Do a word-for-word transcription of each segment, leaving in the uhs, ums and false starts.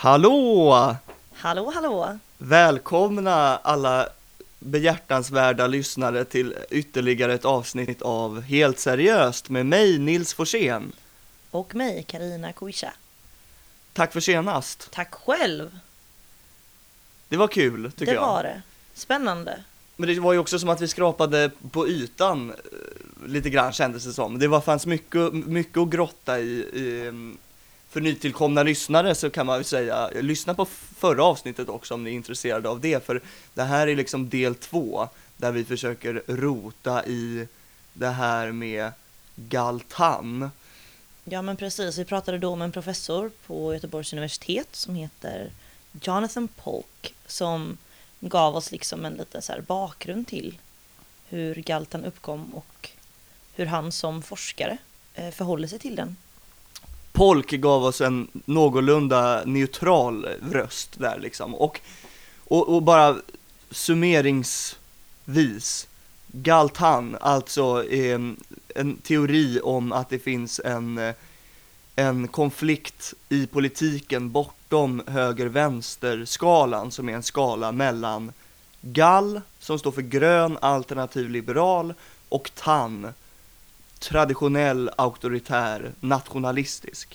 Hallå! Hallå, hallå! Välkomna alla behjärtansvärda lyssnare till ytterligare ett avsnitt av Helt seriöst med mig, Nils Forsén. Och mig, Karina Koisha. Tack för senast. Tack själv! Det var kul, tycker det jag. Det var det. Spännande. Men det var ju också som att vi skrapade på ytan eh, lite grann, kändes det som. Det var, fanns mycket, mycket att grotta i, i. För nytillkomna lyssnare så kan man ju säga, lyssna på förra avsnittet också om ni är intresserade av det. För det här är liksom del två, där vi försöker rota i det här med Galtan. Ja men precis, vi pratade då om en professor på Göteborgs universitet som heter Jonathan Polk, som gav oss liksom en liten så här bakgrund till hur Galtan uppkom och hur han som forskare förhåller sig till den. Polk gav oss en någorlunda neutral röst där liksom. Och, och, och bara summeringsvis, Galtan, alltså en, en teori om att det finns en, en konflikt i politiken bortom höger-vänster-skalan, som är en skala mellan Gall, som står för grön, alternativ, liberal, och Tan, traditionell, auktoritär, nationalistisk.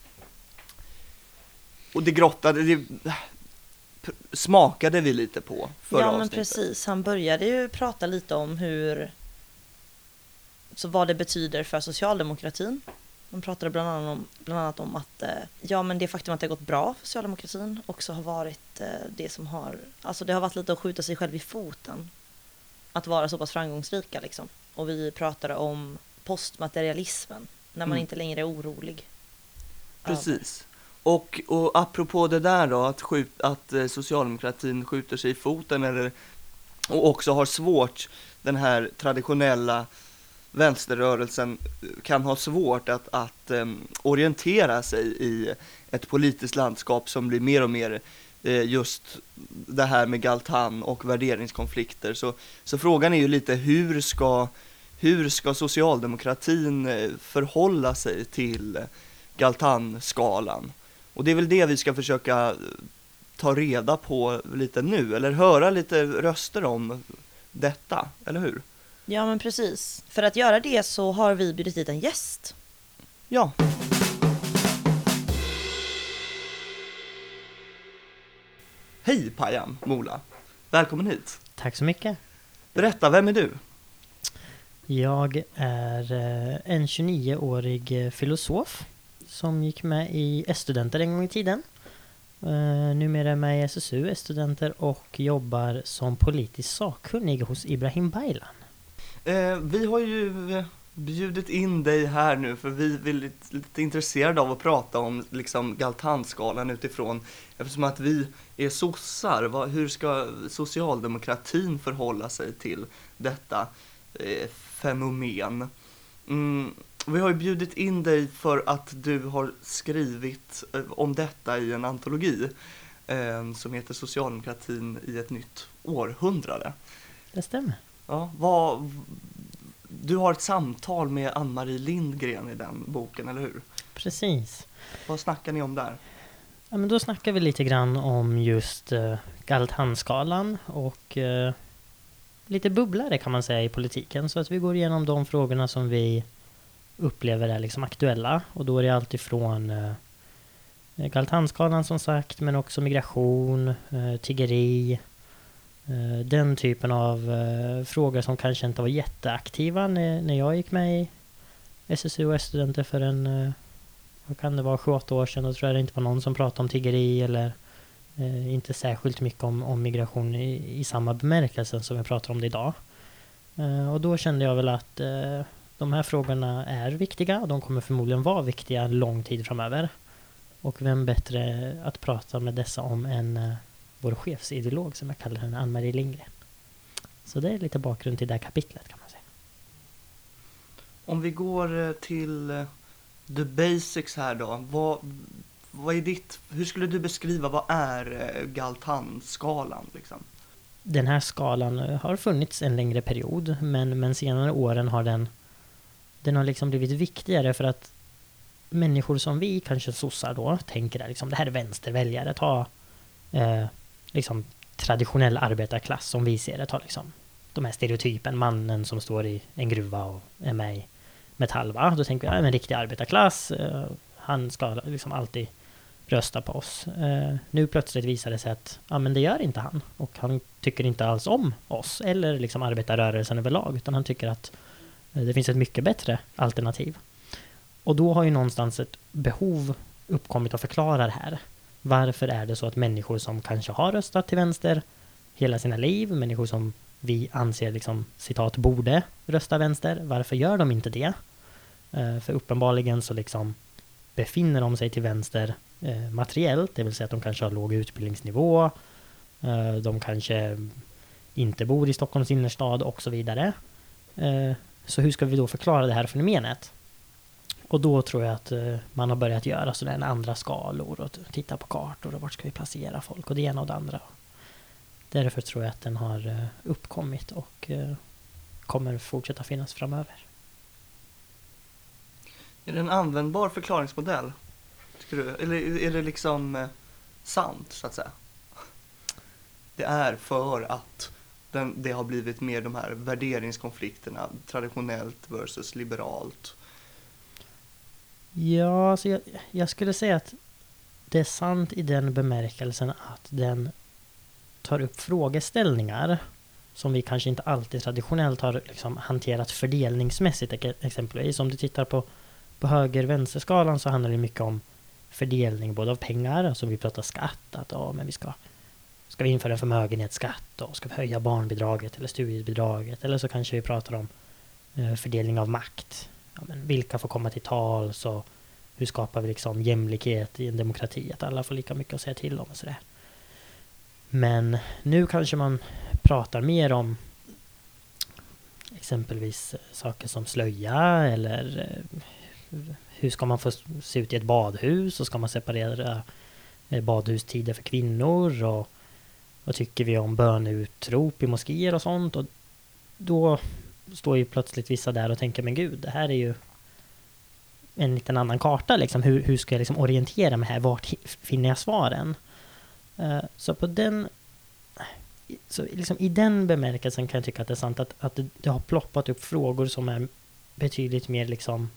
Och det grottade, det smakade vi lite på förra Ja men avsnittet. precis, han började ju prata lite om hur, så vad det betyder för socialdemokratin. Man pratade bland annat om, bland annat om att ja men det faktum att det har gått bra för socialdemokratin också har varit det som har, alltså det har varit lite att skjuta sig själv i foten att vara så pass framgångsrika liksom. Och vi pratade om postmaterialismen, när man mm. inte längre är orolig. Precis. Och, och apropå det där då, att, skjut, att socialdemokratin skjuter sig i foten, eller, och också har svårt, den här traditionella vänsterrörelsen kan ha svårt att, att um, orientera sig i ett politiskt landskap som blir mer och mer eh, just det här med Galtan och värderingskonflikter. Så, så frågan är ju lite, hur ska Hur ska socialdemokratin förhålla sig till Galtan-skalan? Och det är väl det vi ska försöka ta reda på lite nu, eller höra lite röster om detta, eller hur? Ja men precis. För att göra det så har vi bjudit hit en gäst. Ja. Hej Payam Mola, välkommen hit. Tack så mycket. Berätta, vem är du? Jag är en tjugonioårig filosof som gick med i S-studenter en gång i tiden. Numera är med i S S U, S-studenter, och jobbar som politisk sakkunnig hos Ibrahim Baylan. Eh, vi har ju bjudit in dig här nu för vi är lite, lite intresserade av att prata om liksom Galtan-skalan utifrån, eftersom att vi är sossar. Vad, hur ska socialdemokratin förhålla sig till detta eh, fenomen? Mm, vi har ju bjudit in dig för att du har skrivit eh, om detta i en antologi eh, som heter Socialdemokratin i ett nytt århundrade. Det stämmer. Ja, vad, du har ett samtal med Ann-Marie Lindgren i den boken, eller hur? Precis. Vad snackar ni om där? Ja, men då snackar vi lite grann om just uh, Galtan-skalan och uh, lite bubblare kan man säga i politiken. Så att vi går igenom de frågorna som vi upplever är liksom aktuella. Och då är det allt ifrån uh, Galtan-skalan som sagt, men också migration, uh, tiggeri. Uh, den typen av uh, frågor som kanske inte var jätteaktiva när, när jag gick med i S S U och S-studenter för en, uh, vad kan det vara, sju åtta år sedan. Då tror jag det inte var någon som pratade om tiggeri eller uh, inte särskilt mycket om, om migration i, i samma bemärkelse som vi pratar om det idag. Uh, och då kände jag väl att uh, de här frågorna är viktiga och de kommer förmodligen vara viktiga en lång tid framöver. Och vem bättre att prata med dessa om än uh, vår chefsideolog som jag kallar henne, Ann-Marie Lindgren. Så det är lite bakgrund till det här kapitlet kan man säga. Om vi går till the basics här då. Vad, vad är ditt, hur skulle du beskriva, vad är Galtan-skalan liksom? Den här skalan har funnits en längre period, men, men senare åren har den den har liksom blivit viktigare för att människor som vi, kanske sossar då, tänker att liksom, det här är vänsterväljare, ta eh, liksom traditionell arbetarklass som vi ser det, ta liksom de här stereotypen, mannen som står i en gruva och är med i Metall, va? Då tänker jag, ja, en riktig arbetarklass, eh, han ska liksom alltid rösta på oss. Eh, nu plötsligt visar det sig att ja, men det gör inte han, och han tycker inte alls om oss eller liksom arbetarrörelsen överlag, utan han tycker att eh, det finns ett mycket bättre alternativ. Och då har ju någonstans ett behov uppkommit att förklara det här. Varför är det så att människor som kanske har röstat till vänster hela sina liv, människor som vi anser liksom, citat, borde rösta vänster, varför gör de inte det? Eh, för uppenbarligen så liksom befinner de sig till vänster eh, materiellt, det vill säga att de kanske har låg utbildningsnivå, eh, de kanske inte bor i Stockholms innerstad och så vidare. Eh, så hur ska vi då förklara det här fenomenet? Och då tror jag att eh, man har börjat göra sådana andra skalor och titta på kartor och vart ska vi placera folk och det ena och det andra. Därför tror jag att den har eh, uppkommit och eh, kommer fortsätta finnas framöver. Är det en användbar förklaringsmodell? Tycker du? Eller är det liksom eh, sant, så att säga? Det är för att den, det har blivit mer de här värderingskonflikterna, traditionellt versus liberalt. Ja, alltså jag, jag skulle säga att det är sant i den bemärkelsen att den tar upp frågeställningar som vi kanske inte alltid traditionellt har liksom hanterat fördelningsmässigt. Exempelvis om du tittar på, på höger-vänsterskalan så handlar det mycket om fördelning både av pengar, alltså vi pratar skatt, att ja, men vi ska, ska vi införa en förmögenhetsskatt och ska vi höja barnbidraget eller studiebidraget, eller så kanske vi pratar om eh, fördelning av makt. Ja, men vilka får komma till tal, så hur skapar vi liksom jämlikhet i en demokrati, att alla får lika mycket att säga till om och sådär. Men nu kanske man pratar mer om exempelvis saker som slöja, eller hur ska man få se ut i ett badhus, och ska man separera badhustider för kvinnor, och vad tycker vi om böneutrop i moskéer och sånt. Och då står ju plötsligt vissa där och tänker, men gud, det här är ju en liten annan karta liksom. Hur, hur ska jag liksom orientera mig här? Vart finner jag svaren? Uh, så på den så liksom i den bemärkelsen kan jag tycka att det är sant att, att det, det har ploppat upp frågor som är betydligt mer liksom,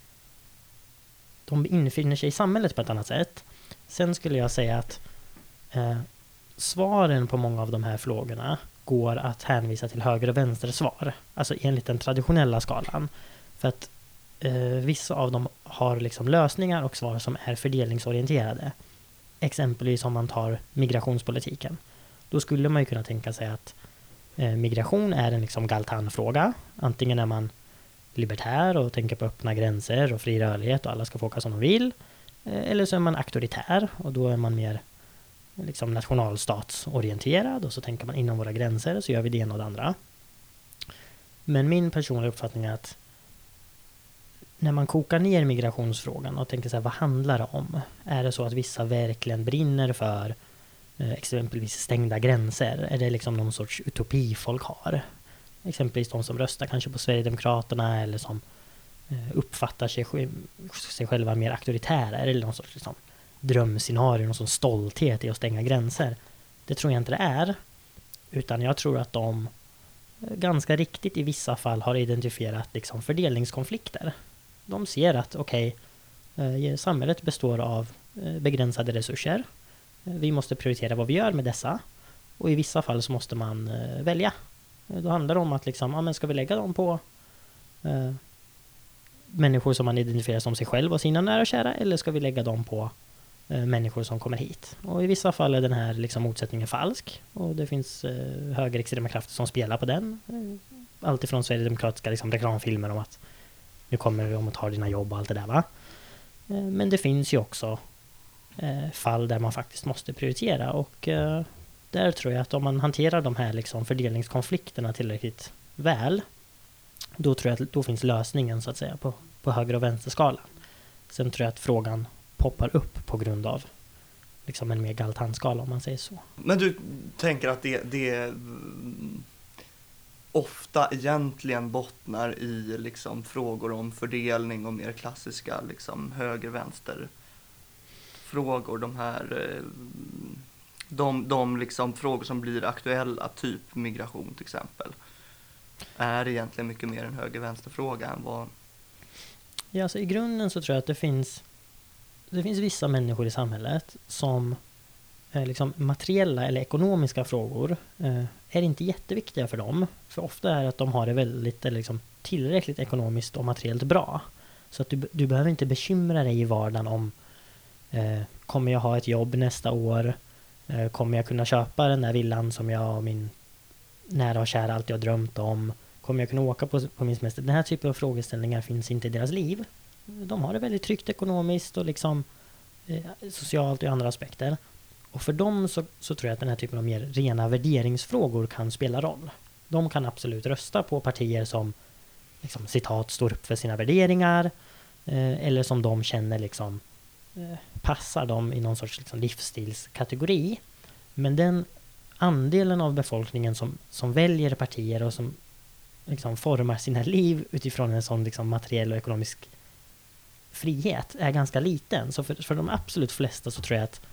de infinner sig i samhället på ett annat sätt. Sen skulle jag säga att eh, svaren på många av de här frågorna går att hänvisa till höger- och vänstersvar. Alltså enligt den traditionella skalan. För att eh, vissa av dem har liksom lösningar och svar som är fördelningsorienterade. Exempelvis om man tar migrationspolitiken. Då skulle man ju kunna tänka sig att eh, migration är en liksom Galtan-fråga. Antingen är man libertär och tänker på öppna gränser och fri rörlighet och alla ska få åka som de vill. Eh, eller så är man auktoritär och då är man mer liksom nationalstatsorienterad, och så tänker man inom våra gränser så gör vi det ena och det andra. Men min personliga uppfattning är att när man kokar ner migrationsfrågan och tänker så här, vad handlar det om? Är det så att vissa verkligen brinner för eh, exempelvis stängda gränser? Är det liksom någon sorts utopi folk har? Exempelvis de som röstar kanske på Sverigedemokraterna, eller som eh, uppfattar sig, sig själva mer auktoritära, eller någon sorts liksom drömscenario, någon sån stolthet i att stänga gränser. Det tror jag inte det är. Utan jag tror att de ganska riktigt i vissa fall har identifierat liksom fördelningskonflikter. De ser att okej, okay, samhället består av begränsade resurser. Vi måste prioritera vad vi gör med dessa. Och i vissa fall så måste man välja. Då handlar det om att liksom, ja, men ska vi lägga dem på eh, människor som man identifierar som sig själv och sina nära och kära, eller ska vi lägga dem på eh, människor som kommer hit? Och i vissa fall är den här liksom motsättningen falsk, och det finns eh, högerextrema krafter som spelar på den. Allt ifrån sverigedemokratiska liksom, reklamfilmer om att nu kommer vi om att ta dina jobb och allt det där, va? Eh, men det finns ju också eh, fall där man faktiskt måste prioritera, och eh, där tror jag att om man hanterar de här liksom fördelningskonflikterna tillräckligt väl, då tror jag att då finns lösningen så att säga på, på höger- och vänsterskalan. Sen tror jag att frågan poppar upp på grund av liksom en mer Galtan-skala, om man säger så. Men du tänker att det, det ofta egentligen bottnar i liksom frågor om fördelning och mer klassiska liksom höger-vänster frågor. De här eh, de, de liksom frågor som blir aktuella, typ migration till exempel, är egentligen mycket mer en höger-vänster-fråga än vad... Ja, alltså i grunden så tror jag att det finns det finns vissa människor i samhället som eh, liksom materiella eller ekonomiska frågor eh, är inte jätteviktiga för dem. För ofta är det att de har det väldigt eller liksom, tillräckligt ekonomiskt och materiellt bra. Så att du, du behöver inte bekymra dig i vardagen om eh, kommer jag ha ett jobb nästa år? Eh, kommer jag kunna köpa den där villan som jag och min nära och kära alltid har drömt om? Kommer jag kunna åka på, på min semester? Den här typen av frågeställningar finns inte i deras liv. De har det väldigt tryggt ekonomiskt och liksom eh, socialt och i andra aspekter. Och för dem så, så tror jag att den här typen av mer rena värderingsfrågor kan spela roll. De kan absolut rösta på partier som liksom, citat, står upp för sina värderingar eh, eller som de känner liksom eh, passar dem i någon sorts liksom, livsstilskategori. Men den andelen av befolkningen som, som väljer partier och som liksom, formar sina liv utifrån en sån liksom, materiell och ekonomisk frihet är ganska liten. Så för, för de absolut flesta så tror jag att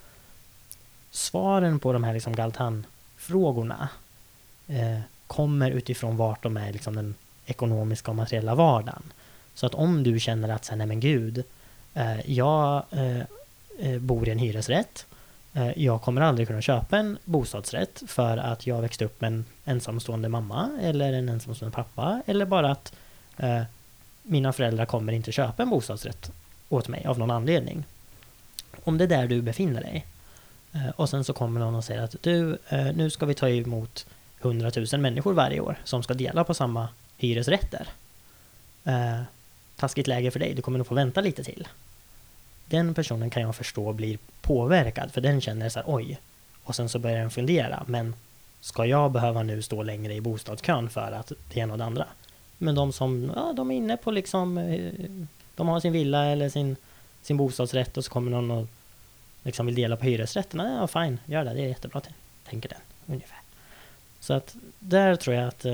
svaren på de här liksom Galtan-frågorna eh, kommer utifrån vart de är liksom den ekonomiska och materiella vardagen. Så att om du känner att nej men gud, eh, jag eh, bor i en hyresrätt, eh, jag kommer aldrig kunna köpa en bostadsrätt för att jag växte upp med en ensamstående mamma eller en ensamstående pappa, eller bara att eh, mina föräldrar kommer inte köpa en bostadsrätt åt mig av någon anledning. Om det är där du befinner dig och sen så kommer någon och säger att du, nu ska vi ta emot hundratusen människor varje år som ska dela på samma hyresrätter. Eh, taskigt läge för dig, du kommer nog få vänta lite till. Den personen kan jag förstå blir påverkad, för den känner så här, oj. Och sen så börjar den fundera, men ska jag behöva nu stå längre i bostadskön för att det ena och det andra? Men de som, ja, de är inne på liksom, de har sin villa eller sin, sin bostadsrätt och så kommer någon och liksom vill dela på hyresrätterna, ja fine, gör det, det är jättebra, tänker den, ungefär. Så att där tror jag att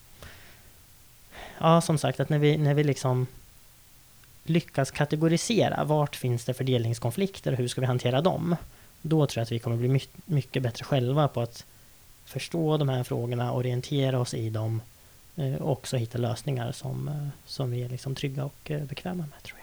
ja, som sagt, att när vi, när vi liksom lyckas kategorisera vart finns det fördelningskonflikter och hur ska vi hantera dem, då tror jag att vi kommer bli my- mycket bättre själva på att förstå de här frågorna, orientera oss i dem och också hitta lösningar som, som vi är liksom trygga och bekväma med, tror jag.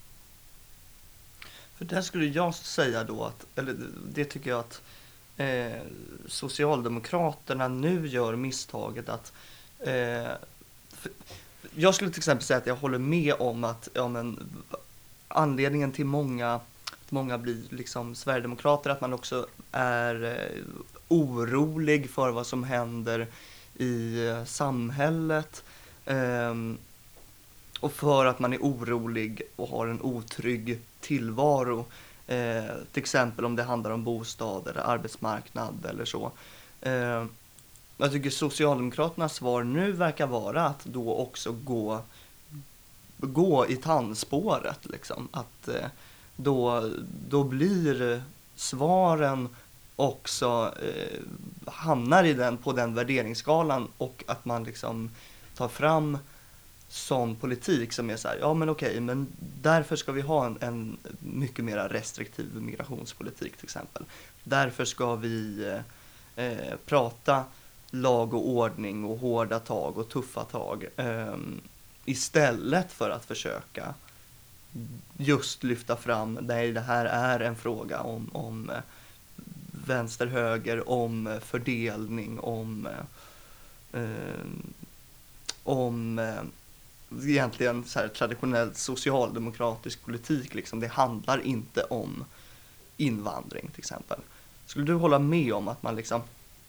För där skulle jag säga då att, eller det tycker jag att eh, Socialdemokraterna nu gör misstaget att eh, för, jag skulle till exempel säga att jag håller med om att ja, men, anledningen till många, många blir liksom Sverigedemokrater, att man också är eh, orolig för vad som händer i eh, samhället eh, och för att man är orolig och har en otrygg tillvaro, eh, till exempel om det handlar om bostad eller arbetsmarknad eller så. Eh, jag tycker Socialdemokraternas svar nu verkar vara att då också gå, gå i tandspåret. Liksom. Att eh, då, då blir svaren också eh, hamnar i den, på den värderingsskalan, och att man liksom tar fram sån politik som är så här, ja men okej, men därför ska vi ha en, en mycket mer restriktiv migrationspolitik till exempel. Därför ska vi eh, prata lag och ordning och hårda tag och tuffa tag eh, istället för att försöka just lyfta fram, nej det här är en fråga om, om eh, vänster-höger, om fördelning, om eh, om eh, egentligen så här traditionell socialdemokratisk politik. Liksom. Det handlar inte om invandring till exempel. Skulle du hålla med om att man liksom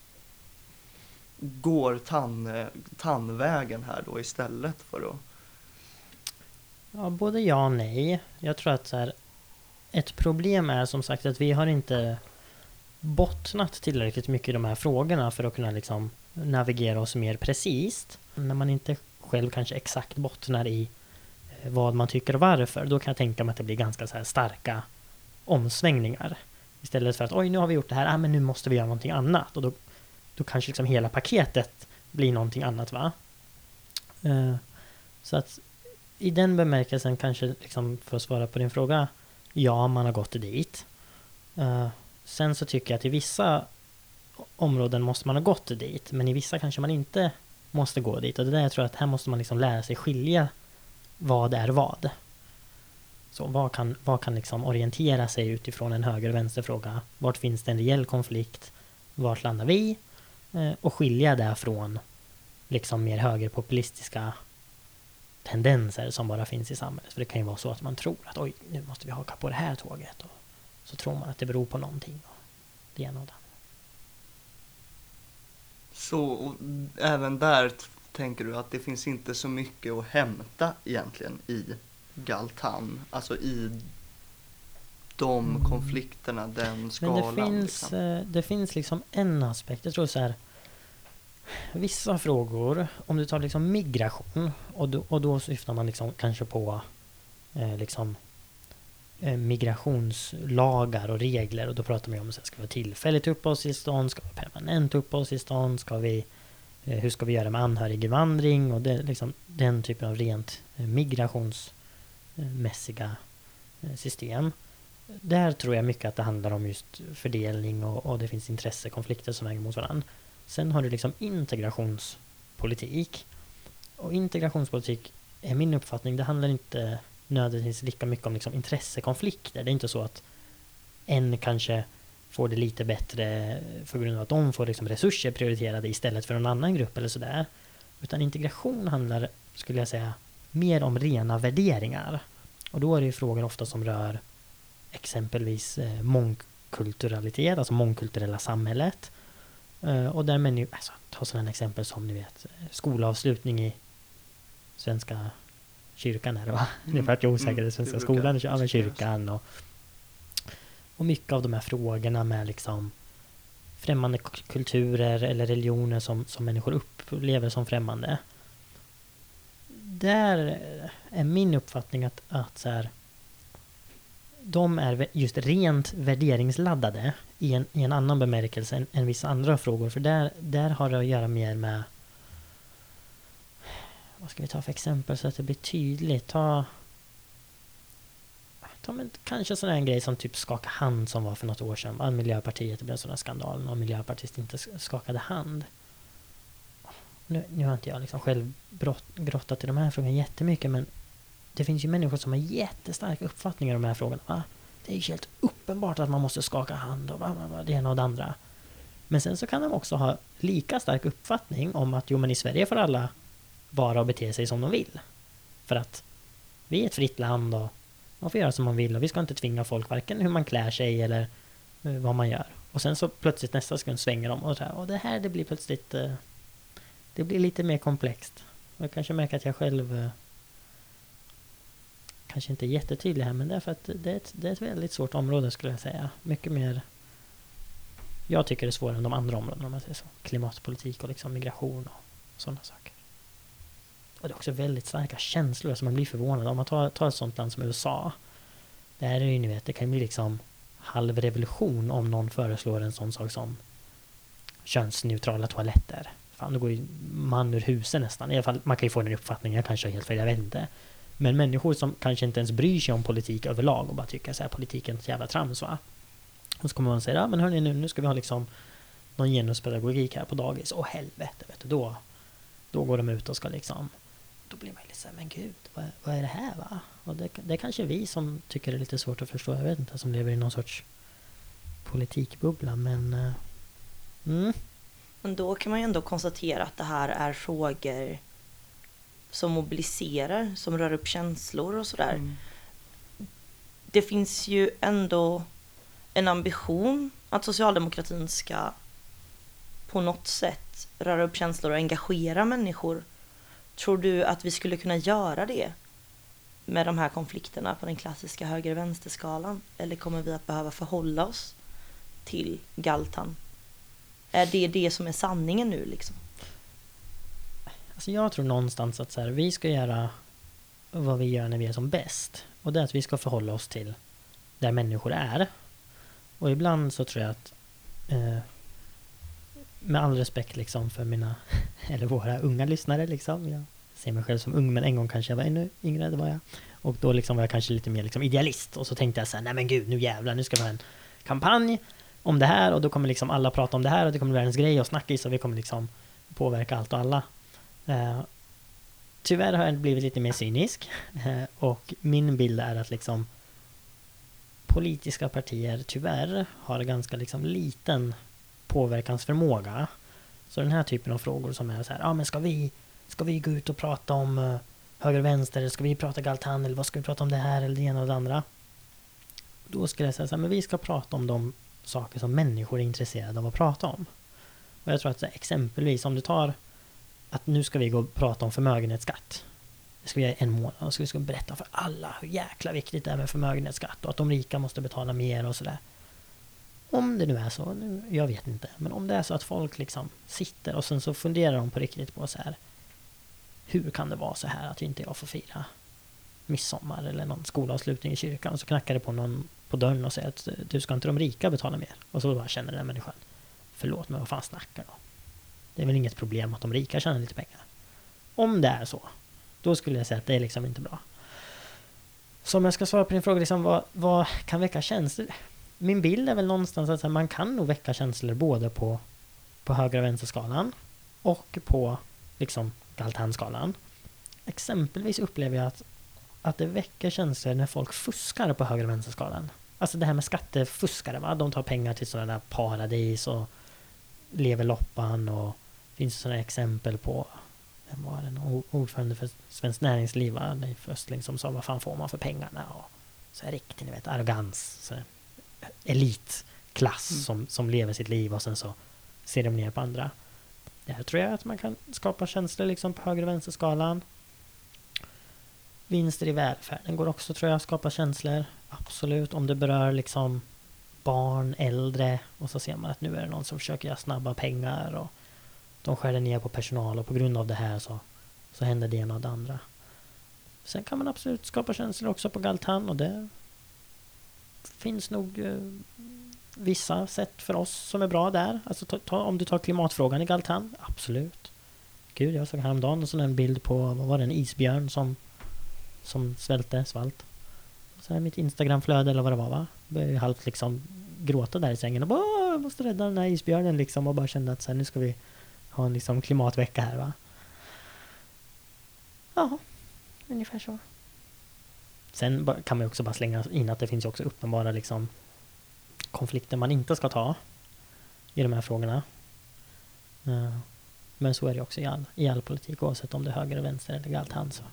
går tann, tandvägen här då istället för att... Ja, både ja och nej. Jag tror att så här, ett problem är som sagt att vi har inte bottnat tillräckligt mycket i de här frågorna för att kunna liksom navigera oss mer precis. När man inte själv kanske exakt bottnar i vad man tycker och varför, då kan jag tänka mig att det blir ganska så här starka omsvängningar. Istället för att oj, nu har vi gjort det här, ah, men nu måste vi göra någonting annat. Och då, då kanske liksom hela paketet bli någonting annat, va? Eh, så att i den bemärkelsen kanske, liksom, för att svara på din fråga, ja, man har gått dit. Eh, sen så tycker jag att i vissa områden måste man ha gått dit, men i vissa kanske man inte måste gå dit. Och det där jag tror att här måste man liksom lära sig skilja vad är vad. Så vad kan, vad kan liksom orientera sig utifrån en höger- och vänsterfråga? Vart finns det en reell konflikt? Vart landar vi? Eh, och skilja det från liksom mer högerpopulistiska tendenser som bara finns i samhället. För det kan ju vara så att man tror att oj, nu måste vi haka på det här tåget. Och så tror man att det beror på någonting. Och det ena och det andra. Så och även där t- tänker du att det finns inte så mycket att hämta egentligen i Galtan, alltså i de Mm. konflikterna, den skalan. Men det finns, liksom. eh, det finns liksom en aspekt, jag tror så här, vissa frågor, om du tar liksom migration, och då, och då syftar man liksom kanske på eh, liksom eh, migrationslagar och regler, och då pratar man om så här, ska vi ha tillfälligt uppehållstillstånd, ska vi ha permanent uppehållstillstånd, ska vi, eh, hur ska vi göra med anhöriginvandring, och det, liksom, den typen av rent eh, migrationsmässiga eh, system. Där tror jag mycket att det handlar om just fördelning, och, och det finns intressekonflikter som väger mot varandra. Sen har du liksom integrationspolitik. Och integrationspolitik är min uppfattning, det handlar inte nödvändigtvis lika mycket om liksom intressekonflikter. Det är inte så att en kanske får det lite bättre för grund av att de får liksom resurser prioriterade istället för en annan grupp eller sådär. Utan integration handlar, skulle jag säga, mer om rena värderingar. Och då är det ju frågor ofta som rör exempelvis eh, mångkulturalitet, alltså mångkulturella samhället. Uh, och där människor, alltså, ta sådana exempel som ni vet, skolavslutning i svenska kyrkan är det, va? Mm. Det är för att jag är osäker, mm, svenska skolan, ja, kyrkan och, och mycket av de här frågorna med liksom främmande kulturer eller religioner som, som människor upplever som främmande. Där är min uppfattning att, att så här, de är just rent värderingsladdade i en, i en annan bemärkelse än, än vissa andra frågor. För där, där har det att göra mer med, vad ska vi ta för exempel så att det blir tydligt. Ta, ta men, kanske sån här en grej som typ skaka hand som var för något år sedan. Va? Miljöpartiet, det blev en sån här skandal och miljöpartist inte skakade hand. Nu, nu har inte jag liksom själv brott, grottat i de här frågorna jättemycket, men det finns ju människor som har jättestarka uppfattningar om de här frågorna. Va? Det är ju helt uppenbart att man måste skaka hand och va, va, va, det ena och det andra. Men sen så kan de också ha lika stark uppfattning om att jo, men i Sverige får alla vara och bete sig som de vill. För att vi är ett fritt land och man får göra som man vill och vi ska inte tvinga folk varken hur man klär sig eller uh, vad man gör. Och sen så plötsligt nästa sekund svänger de och, så här, och det här det blir plötsligt uh, det blir lite mer komplext. Och jag kanske märker att jag själv uh, kanske inte är jättetydlig här, men därför att det är, ett, det är ett väldigt svårt område skulle jag säga. Mycket mer, jag tycker det är svårare än de andra områdena om man säger så. Klimatpolitik och liksom migration och sådana saker. Och det är också väldigt starka känslor som man blir förvånad om man tar, tar ett sånt land som U S A. Det här är ju, ni vet, det kan bli liksom halv revolution om någon föreslår en sån sak som könsneutrala toaletter. Fan, då går ju man ur huset nästan. I alla fall, man kan ju få den uppfattningen, jag kanske är helt fel, jag vet inte. Men människor som kanske inte ens bryr sig om politik överlag och bara tycker så här, politiken är ett jävla trams, va? Och så kommer man säga, ja men hörni, nu, nu ska vi ha liksom någon genuspedagogik här på dagis. Åh helvete, vet du, då, då går de ut och ska liksom, då blir man lite så här, men gud, vad, vad är det här, va? Och det, det är kanske vi som tycker det är lite svårt att förstå, jag vet inte, som lever i någon sorts politikbubbla, men uh, mm. Men då kan man ju ändå konstatera att det här är frågor som mobiliserar, som rör upp känslor och sådär. Mm. Det finns ju ändå en ambition att socialdemokratin ska på något sätt röra upp känslor och engagera människor. Tror du att vi skulle kunna göra det med de här konflikterna på den klassiska höger-vänster-skalan? Eller kommer vi att behöva förhålla oss till Galtan? Är det det som är sanningen nu liksom? Alltså jag tror någonstans att så här, vi ska göra vad vi gör när vi är som bäst. Och det är att vi ska förhålla oss till där människor är. Och ibland så tror jag att eh, med all respekt liksom för mina, eller våra unga lyssnare liksom. Jag ser mig själv som ung, men en gång kanske jag var ännu yngre, det var jag. Och då liksom var jag kanske lite mer liksom idealist. Och så tänkte jag så här, nej men gud, nu jävlar, nu ska vi ha en kampanj om det här. Och då kommer liksom alla prata om det här och det kommer vara ens grej och snacka i, så vi kommer liksom påverka allt och alla. Uh, tyvärr har jag blivit lite mer cynisk. Uh, och min bild är att liksom politiska partier tyvärr har ganska liksom liten påverkansförmåga. Så den här typen av frågor som är så här, ja ah, men ska vi ska vi gå ut och prata om uh, höger och vänster, eller ska vi prata Galtan, eller vad ska vi prata om det här eller det ena och det andra? Då skulle jag säga så här, men vi ska prata om de saker som människor är intresserade av att prata om. Och jag tror att så här, exempelvis om du tar att nu ska vi gå och prata om förmögenhetsskatt. Det ska vi göra en månad och så ska vi berätta för alla hur jäkla viktigt det är med förmögenhetsskatt och att de rika måste betala mer och sådär. Om det nu är så, nu, jag vet inte, men om det är så att folk liksom sitter och sen så funderar de på riktigt på så här, hur kan det vara så här att inte jag får fira midsommar eller någon skolavslutning i kyrkan, och så knackar det på någon på dörren och säger att du ska inte de rika betala mer, och så bara känner den människan, förlåt men vad fan snackar då? Det är väl inget problem att de rika tjänar lite pengar. Om det är så, då skulle jag säga att det är liksom inte bra. Så om jag ska svara på din fråga, liksom, vad, vad kan väcka känslor? Min bild är väl någonstans att man kan nog väcka känslor både på, på höger- och vänsterskalan och på liksom Galtan-skalan. Exempelvis upplever jag att, att det väcker känslor när folk fuskar på höger- och vänsterskalan. Alltså det här med skattefuskare, va? De tar pengar till sådana där paradis och lever loppan, och finns sådana exempel på, vem var det, ordförande för Svenskt Näringsliv, va? Leif Östling, som sa, vad fan får man för pengarna? Och så här riktigt, ni vet, arrogans, så här, elitklass mm. som, som lever sitt liv och sen så ser de ner på andra. Där tror jag att man kan skapa känslor liksom på höger- och vänsterskalan. Vinster i välfärden går också, tror jag, att skapa känslor. Absolut, om det berör liksom barn, äldre, och så ser man att nu är det någon som försöker göra snabba pengar och de skär ner på personal, och på grund av det här så, så händer det ena och det andra. Sen kan man absolut skapa känslor också på Galtan, och det finns nog eh, vissa sätt för oss som är bra där. Alltså ta, ta, om du tar klimatfrågan i Galtan, absolut. Gud, jag såg häromdagen en sån här bild på, vad var det, en isbjörn som som svälte, svalt. Så här mitt Instagramflöde eller vad det var, va? Började ju halvt liksom gråta där i sängen och bara, jag måste rädda den här isbjörnen liksom, och bara kände att så här, nu ska vi ha en liksom klimatvecka här, va? Ja, ungefär så. Sen kan man också bara slänga in att det finns också uppenbara liksom konflikter man inte ska ta i de här frågorna. Men så är det också i all, i all politik, oavsett om det är höger och vänster eller Galtan, så.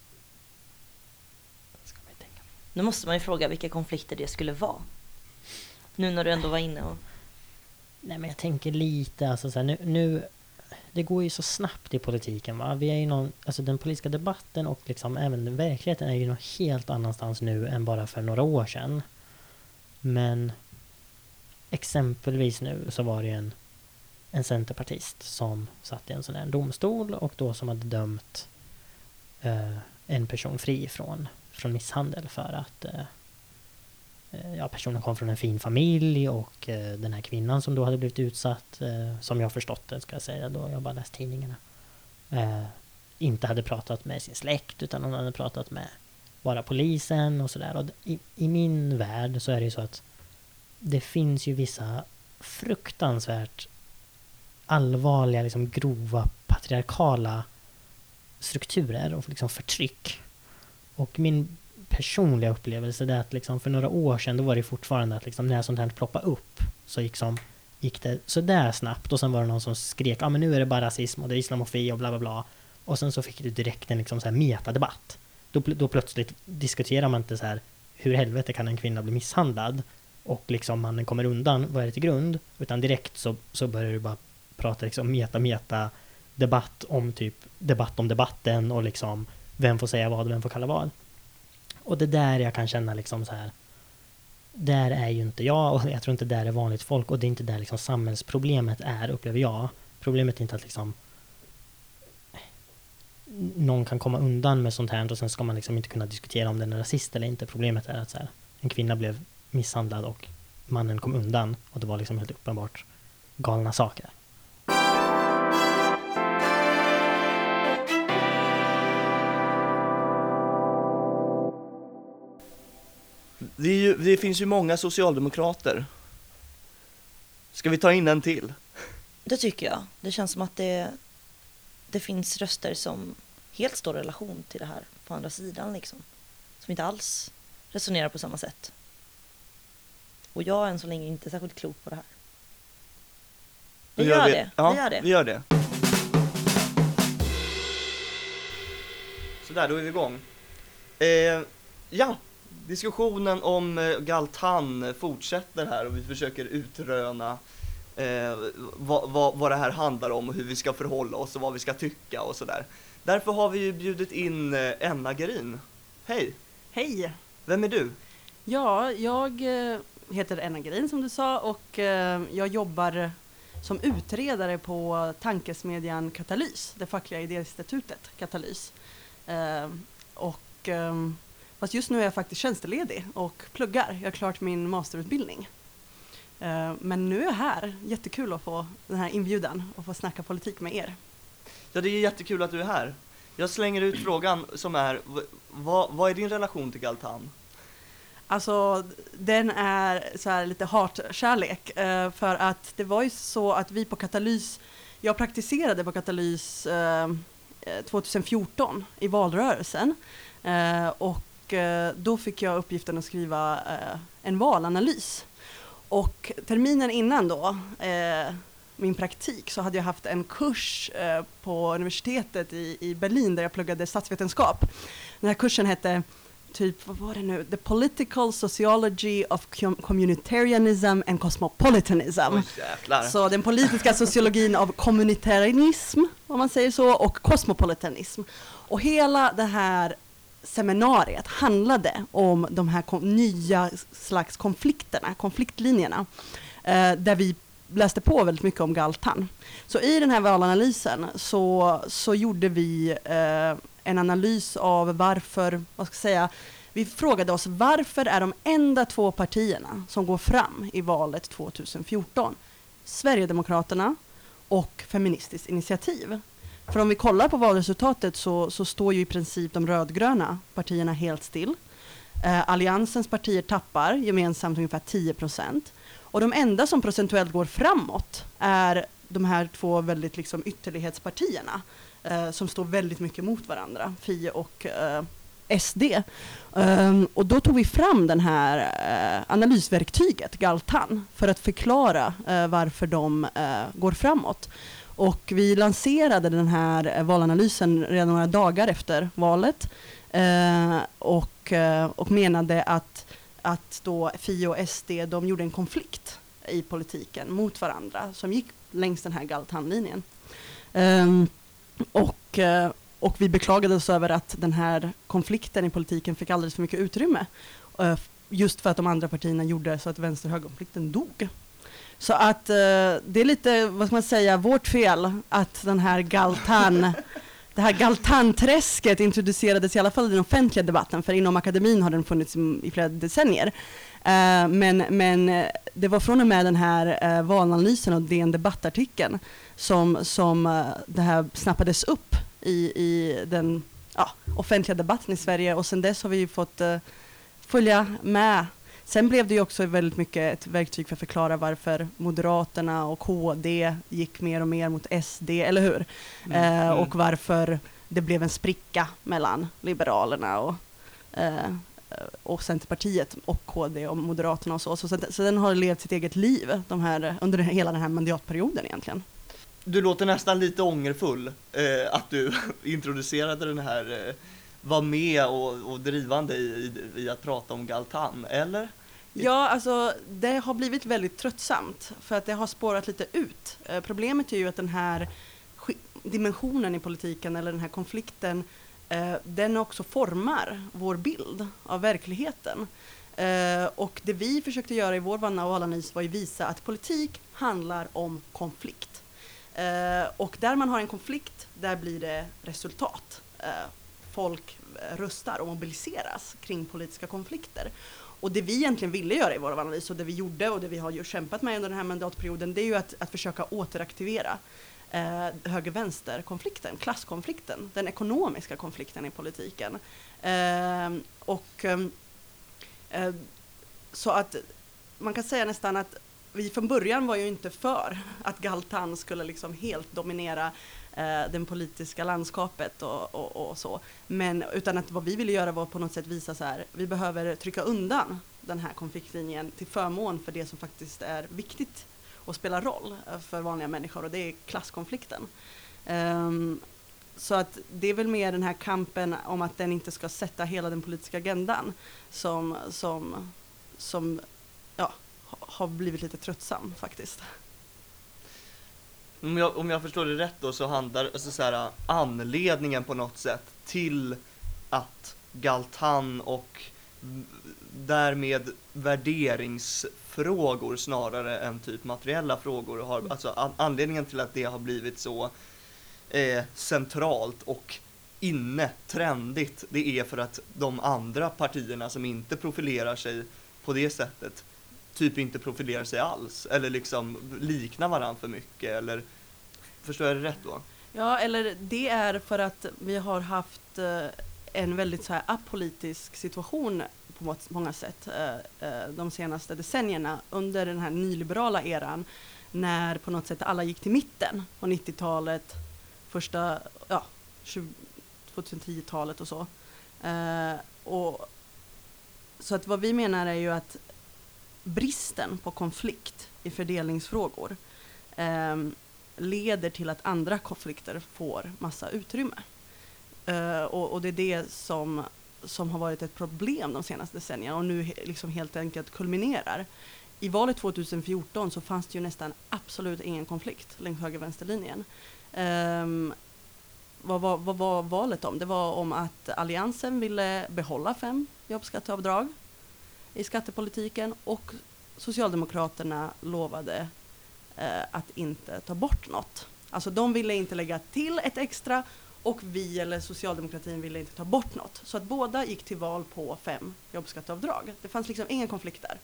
Nu måste man ju fråga vilka konflikter det skulle vara. Nu när du ändå var inne och... Nej, men jag tänker lite, alltså så här, nu, nu det går ju så snabbt i politiken, va? Vi är ju någon, alltså den politiska debatten och liksom även den verkligheten är ju något helt annanstans nu än bara för några år sedan. Men exempelvis nu så var det en en centerpartist som satt i en sån här domstol och då som hade dömt eh, en person fri från från misshandel för att eh, ja, personen kom från en fin familj, och eh, den här kvinnan som då hade blivit utsatt, eh, som jag förstått det, ska jag säga, då jag bara läst tidningarna, eh, inte hade pratat med sin släkt, utan hon hade pratat med bara polisen och sådär. Och i, i min värld så är det ju så att det finns ju vissa fruktansvärt allvarliga, liksom grova patriarkala strukturer och liksom förtryck. Och min personliga upplevelse är att liksom för några år sedan, då var det fortfarande att liksom när sånt här ploppade upp så gick, som, gick det så där snabbt, och sen var det någon som skrek, ja ah, men nu är det bara rasism och det är islamofobi och bla bla bla, och sen så fick du direkt en liksom så här metadebatt. Då, då plötsligt diskuterar man inte så här, hur helvete kan en kvinna bli misshandlad och liksom mannen kommer undan, vad är det till grund, utan direkt så, så börjar du bara prata liksom meta meta debatt om typ debatt om debatten, och liksom vem får säga vad och vem får kalla vad. Och det där jag kan känna liksom så här, där är ju inte jag, och jag tror inte där är vanligt folk, och det är inte där liksom samhällsproblemet är, upplever jag. Problemet är inte att liksom någon kan komma undan med sånt här och sen ska man liksom inte kunna diskutera om den är rasist eller inte. Problemet är att så här, en kvinna blev misshandlad och mannen kom undan, och det var liksom helt uppenbart galna saker. Det, är ju, det finns ju många socialdemokrater. Ska vi ta in en till? Det tycker jag. Det känns som att det, det finns röster som helt står i relation till det här på andra sidan liksom. Som inte alls resonerar på samma sätt. Och jag är än så länge inte särskilt klok på det här. Vi Då gör, vi, det. Ja, vi gör det. vi gör det. Så där, då är vi igång. Eh, ja, diskussionen om eh, Galtan fortsätter här och vi försöker utröna eh, vad, vad, vad det här handlar om och hur vi ska förhålla oss och vad vi ska tycka och sådär. Därför har vi ju bjudit in eh, Enna Gerin. Hej! Hej! Vem är du? Ja, jag eh, heter Enna Gerin som du sa och eh, jag jobbar som utredare på tankesmedjan Katalys, det fackliga idéinstitutet Katalys. Eh, och, eh, fast just nu är jag faktiskt tjänsteledig och pluggar. Jag har klart min masterutbildning. Eh, men nu är jag här. Jättekul att få den här inbjudan och få snacka politik med er. Ja, det är jättekul att du är här. Jag slänger ut frågan som är, vad, vad är din relation till Galtan? Alltså, den är så här lite hatkärlek. Eh, för att det var ju så att vi på Katalys, jag praktiserade på Katalys eh, tjugohundrafjorton i valrörelsen. Eh, och eh, då fick jag uppgiften att skriva eh, en valanalys. Och terminen innan då, eh, min praktik, så hade jag haft en kurs eh, på universitetet i, i Berlin där jag pluggade statsvetenskap. Den här kursen hette typ, vad var det nu? The Political Sociology of Communitarianism and Cosmopolitanism. Oj, jäklar. Så den politiska sociologin av kommunitarianism, om man säger så, och kosmopolitanism. Och hela det här seminariet handlade om de här kom- nya slags konflikterna, konfliktlinjerna, eh, där vi läste på väldigt mycket om Galtan. Så i den här valanalysen så, så gjorde vi eh, en analys av varför, vad ska jag säga, vi frågade oss varför är de enda två partierna som går fram i valet tjugohundrafjorton Sverigedemokraterna och Feministiskt initiativ. För om vi kollar på valresultatet så, så står ju i princip de rödgröna partierna helt still. Eh, Alliansens partier tappar gemensamt ungefär tio procent. Och de enda som procentuellt går framåt är de här två väldigt liksom ytterlighetspartierna eh, som står väldigt mycket mot varandra, F I och eh, S D. Um, och då tog vi fram den här uh, analysverktyget, Galtan, för att förklara uh, varför de uh, går framåt. Och vi lanserade den här uh, valanalysen redan några dagar efter valet uh, och, uh, och menade att, att då F I och S D, de gjorde en konflikt i politiken mot varandra som gick längs den här Galtan-linjen. Um, och uh, Och vi beklagade oss över att den här konflikten i politiken fick alldeles för mycket utrymme. Uh, just för att de andra partierna gjorde så att vänster-högerkonflikten dog. Så att uh, det är lite, vad ska man säga, vårt fel att den här Galtan, det här Galtanträsket introducerades i alla fall i den offentliga debatten. För inom akademin har den funnits i, i flera decennier. Uh, men, men det var från och med den här uh, valanalysen och D N-debattartikeln som, som uh, det här snappades upp i, i den ja, offentliga debatten i Sverige, och sen dess har vi fått uh, följa med. Sen blev det ju också väldigt mycket ett verktyg för att förklara varför Moderaterna och K D gick mer och mer mot S D, eller hur? Mm. Uh, mm. Och varför det blev en spricka mellan Liberalerna och, uh, och Centerpartiet och K D och Moderaterna och så. Så, så, så den har levt sitt eget liv de här, under den, hela den här mandatperioden egentligen. Du låter nästan lite ångerfull eh, att du introducerade den här, eh, var med och, och drivande i, i, i att prata om Galtan, eller? Ja, alltså det har blivit väldigt tröttsamt för att det har spårat lite ut. Eh, problemet är ju att den här dimensionen i politiken, eller den här konflikten, eh, den också formar vår bild av verkligheten. Eh, och det vi försökte göra i vår vanna och analys var ju visa att politik handlar om konflikt. Uh, och där man har en konflikt, där blir det resultat. Uh, folk röstar och mobiliseras kring politiska konflikter. Och det vi egentligen ville göra i vår analys, och det vi gjorde och det vi har ju kämpat med under den här mandatperioden, det är ju att, att försöka återaktivera uh, höger-vänster-konflikten, klasskonflikten, den ekonomiska konflikten i politiken. Uh, och um, uh, så att man kan säga nästan att vi från början var ju inte för att Galtan skulle liksom helt dominera eh, den politiska landskapet och, och, och så. Men utan att vad vi ville göra var på något sätt visa så här, vi behöver trycka undan den här konfliktlinjen till förmån för det som faktiskt är viktigt och spelar roll för vanliga människor, och det är klasskonflikten. Um, så att det är väl mer den här kampen om att den inte ska sätta hela den politiska agendan som, som, som ja, har blivit lite tröttsam faktiskt. Om jag, om jag förstår det rätt då, så handlar alltså så här, anledningen på något sätt till att Galtan och därmed värderingsfrågor snarare än typ materiella frågor har, alltså an, anledningen till att det har blivit så eh, centralt och inne, trendigt, det är för att de andra partierna som inte profilerar sig på det sättet typ inte profilerar sig alls, eller liksom liknar varandra för mycket, eller förstår jag det rätt då? Ja, eller det är för att vi har haft eh, en väldigt så här apolitisk situation på många sätt eh, de senaste decennierna under den här nyliberala eran, när på något sätt alla gick till mitten på nittiotalet, första ja, tjugohundratio-talet och så. Eh, och, så att vad vi menar är ju att bristen på konflikt i fördelningsfrågor eh, leder till att andra konflikter får massa utrymme. Uh, och, och det är det som, som har varit ett problem de senaste decennierna och nu he, liksom helt enkelt kulminerar. I valet tjugohundrafjorton så fanns det ju nästan absolut ingen konflikt längs höger-vänsterlinjen. Um, vad, vad, vad var valet om? Det var om att alliansen ville behålla fem jobbskatteavdrag i skattepolitiken, och Socialdemokraterna lovade uh, att inte ta bort något. Alltså de ville inte lägga till ett extra, och vi eller socialdemokratin ville inte ta bort något. Så att båda gick till val på fem jobbskatteavdrag. Det fanns liksom ingen konflikt där.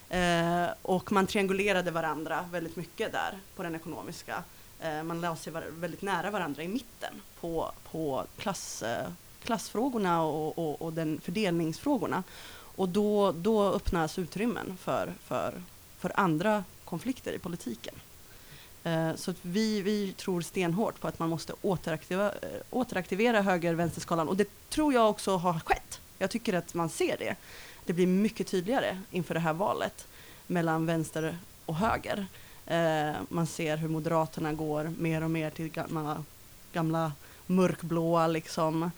Eh, och man triangulerade varandra väldigt mycket där på den ekonomiska. Eh, man la sig var- väldigt nära varandra i mitten på, på klass, eh, klassfrågorna och, och, och den fördelningsfrågorna. Och då, då öppnas utrymmen för, för, för andra konflikter i politiken. Så att vi, vi tror stenhårt på att man måste återaktiva, återaktivera höger-vänsterskalan, och det tror jag också har skett. Jag tycker att man ser det. Det blir mycket tydligare inför det här valet mellan vänster och höger. Eh, man ser hur Moderaterna går mer och mer till gamla, gamla mörkblåa liksom,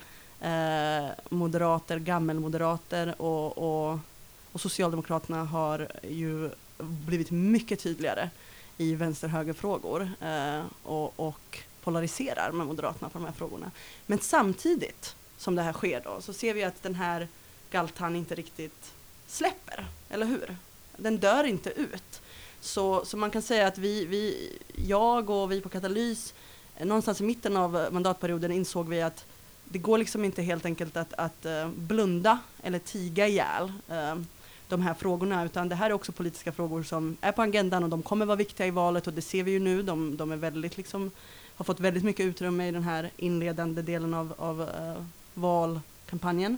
eh, moderater, gammelmoderater, och, och, och Socialdemokraterna har ju blivit mycket tydligare i vänster-höger-frågor eh, och, och polariserar med Moderaterna på de här frågorna. Men samtidigt som det här sker då, så ser vi att den här Galtan inte riktigt släpper, eller hur? Den dör inte ut. Så, så man kan säga att vi, vi, jag och vi på Katalys, eh, någonstans i mitten av mandatperioden insåg vi att det går liksom inte helt enkelt att, att uh, blunda eller tiga ihjäl uh, de här frågorna, utan det här är också politiska frågor som är på agendan, och de kommer vara viktiga i valet, och det ser vi ju nu. De, de är väldigt liksom, har fått väldigt mycket utrymme i den här inledande delen av, av uh, valkampanjen.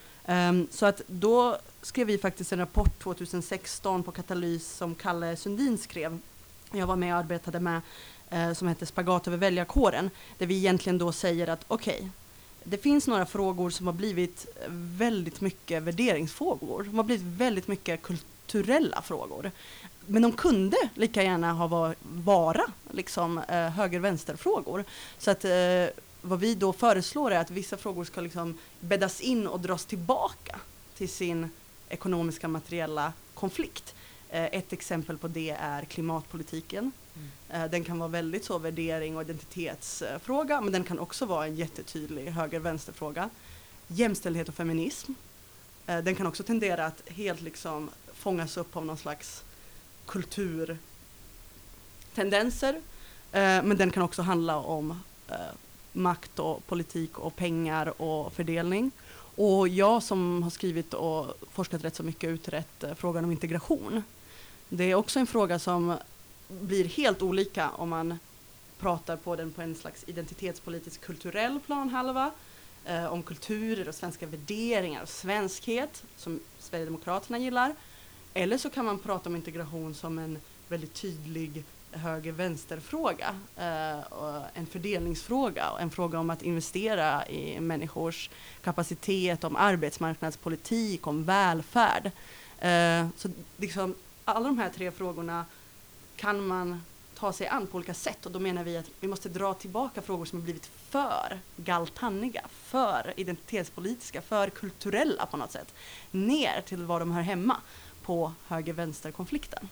Um, så att då skrev vi faktiskt en rapport tjugohundrasexton på Katalys som Kalle Sundin skrev. Jag var med och arbetade med, uh, som heter Spagat över väljarkåren, där vi egentligen då säger att okej, okay, det finns några frågor som har blivit väldigt mycket värderingsfrågor. De har blivit väldigt mycket kulturella frågor. Men de kunde lika gärna ha var, vara liksom, eh, höger-vänster-frågor. Så att eh, vad vi då föreslår är att vissa frågor ska liksom bäddas in och dras tillbaka till sin ekonomiska materiella konflikt. Eh, ett exempel på det är klimatpolitiken. Mm. Den kan vara väldigt så värdering och identitetsfråga, men den kan också vara en jättetydlig höger-vänsterfråga. Jämställdhet och feminism. Den kan också tendera att helt liksom fångas upp av någon slags kulturtendenser, men den kan också handla om makt och politik och pengar och fördelning. Och jag som har skrivit och forskat rätt så mycket utrett frågan om integration. Det är också en fråga som blir helt olika om man pratar på den på en slags identitetspolitisk kulturell planhalva, eh, om kulturer och svenska värderingar och svenskhet som Sverigedemokraterna gillar, Eller så kan man prata om integration som en väldigt tydlig höger-vänster-fråga, eh, och en fördelningsfråga och en fråga om att investera i människors kapacitet, om arbetsmarknadspolitik, om välfärd. Eh, så liksom, alla de här tre frågorna kan man ta sig an på olika sätt, och då menar vi att vi måste dra tillbaka frågor som har blivit för galtanniga, för identitetspolitiska, för kulturella på något sätt, ner till var de hör hemma på höger-vänster-konflikten.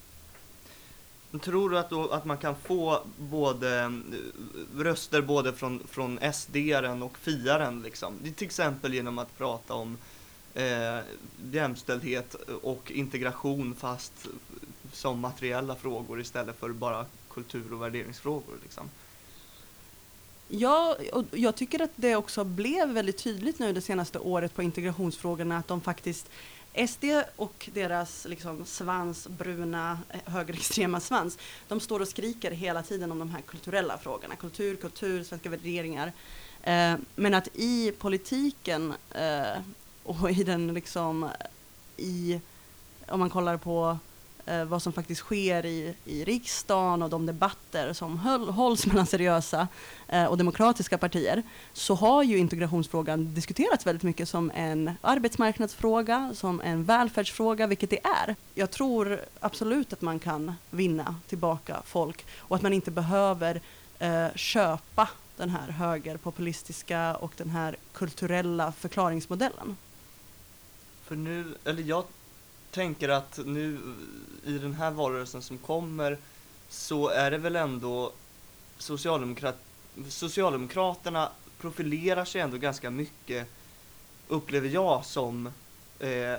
Tror du att, då, att man kan få både röster både från, från S D-aren och F I A-aren liksom? Till exempel genom att prata om eh, jämställdhet och integration fast som materiella frågor istället för bara kultur- och värderingsfrågor liksom? Ja, och jag tycker att det också blev väldigt tydligt nu det senaste året på integrationsfrågorna att de faktiskt, S D och deras liksom svansbruna högerextrema svans, de står och skriker hela tiden om de här kulturella frågorna. Kultur, kultur, svenska värderingar. Eh, men att i politiken eh, och i den liksom, i, om man kollar på eh, vad som faktiskt sker i, i riksdagen och de debatter som höll, hålls mellan seriösa eh, och demokratiska partier, så har ju integrationsfrågan diskuterats väldigt mycket som en arbetsmarknadsfråga, som en välfärdsfråga, vilket det är. Jag tror absolut att man kan vinna tillbaka folk och att man inte behöver eh, köpa den här högerpopulistiska och den här kulturella förklaringsmodellen. För nu, eller jag tänker att nu i den här valrörelsen som kommer så är det väl ändå socialdemokrat, Socialdemokraterna profilerar sig ändå ganska mycket, upplever jag, som eh,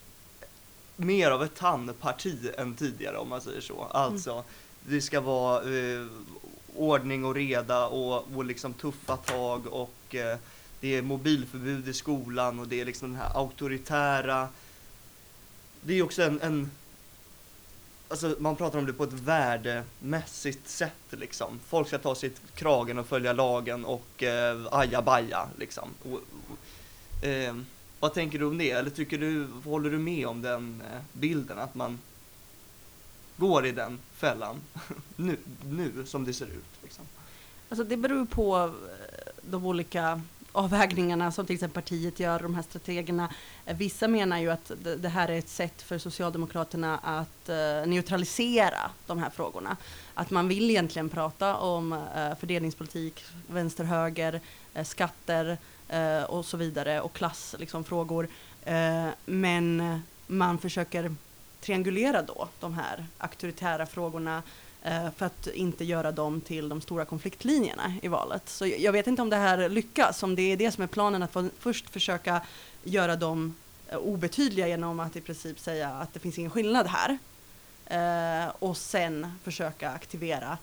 mer av ett tandparti än tidigare, om man säger så. Alltså, mm. det ska vara eh, ordning och reda och, och liksom tuffa tag och eh, det är mobilförbud i skolan och det är liksom den här auktoritära. Det är också en, en alltså man pratar om det på ett värdemässigt sätt liksom. Folk ska ta sitt kragen och följa lagen och eh, ajabaja liksom. Och, och, eh, vad tänker du om det? Eller tycker du, håller du med om den eh, bilden att man går i den fällan nu, nu som det ser ut liksom? Alltså det beror på de olika avvägningarna som till exempel partiet gör, de här strategerna. Vissa menar ju att det här är ett sätt för Socialdemokraterna att uh, neutralisera de här frågorna. Att man vill egentligen prata om uh, fördelningspolitik, vänster-höger, uh, skatter uh, och så vidare och klass, liksom, frågor. Uh, men man försöker triangulera då de här auktoritära frågorna för att inte göra dem till de stora konfliktlinjerna i valet. Så jag vet inte om det här lyckas, om det är det som är planen, att först försöka göra dem obetydliga genom att i princip säga att det finns ingen skillnad här. Eh, och sen försöka aktivera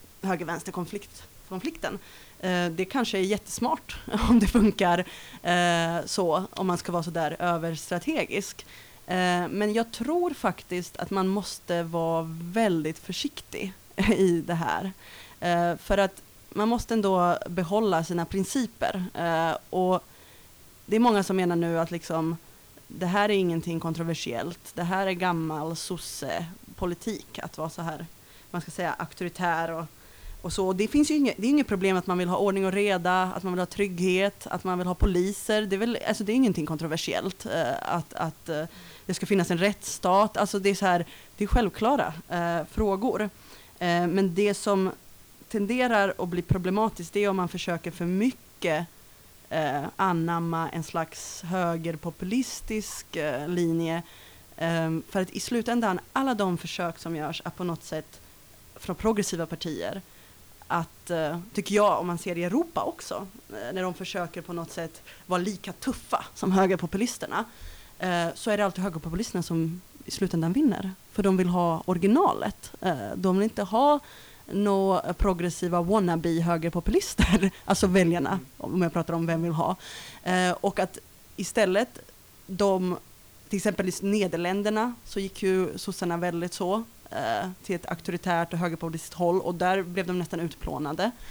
höger-vänster-konflikten. Eh, det kanske är jättesmart om det funkar eh, så, om man ska vara så där överstrategisk. Men jag tror faktiskt att man måste vara väldigt försiktig i det här. För att man måste ändå behålla sina principer. Och det är många som menar nu att liksom, det här är ingenting kontroversiellt. Det här är gammal sosse-politik att vara så här, man ska säga, auktoritär och Och så. Det finns ju inget, det är inget problem att man vill ha ordning och reda, att man vill ha trygghet, att man vill ha poliser. Det är väl, alltså det är ingenting kontroversiellt eh, att, att eh, det ska finnas en rättsstat. Alltså det är så här, det är självklara eh, frågor. Eh, men det som tenderar att bli problematiskt, det är om man försöker för mycket eh, anamma en slags högerpopulistisk eh, linje. Eh, för att i slutändan, alla de försök som görs är på något sätt från progressiva partier, att, uh, tycker jag, om man ser i Europa också, uh, när de försöker på något sätt vara lika tuffa som högerpopulisterna, uh, så är det alltid högerpopulisterna som i slutändan vinner. För de vill ha originalet. Uh, de vill inte ha några progressiva wannabe högerpopulister, alltså väljarna, om jag pratar om vem vill ha. Uh, och att istället de, till exempel i Nederländerna så gick ju sossarna väldigt så till ett auktoritärt och högerpopulistiskt håll, och där blev de nästan utplånade.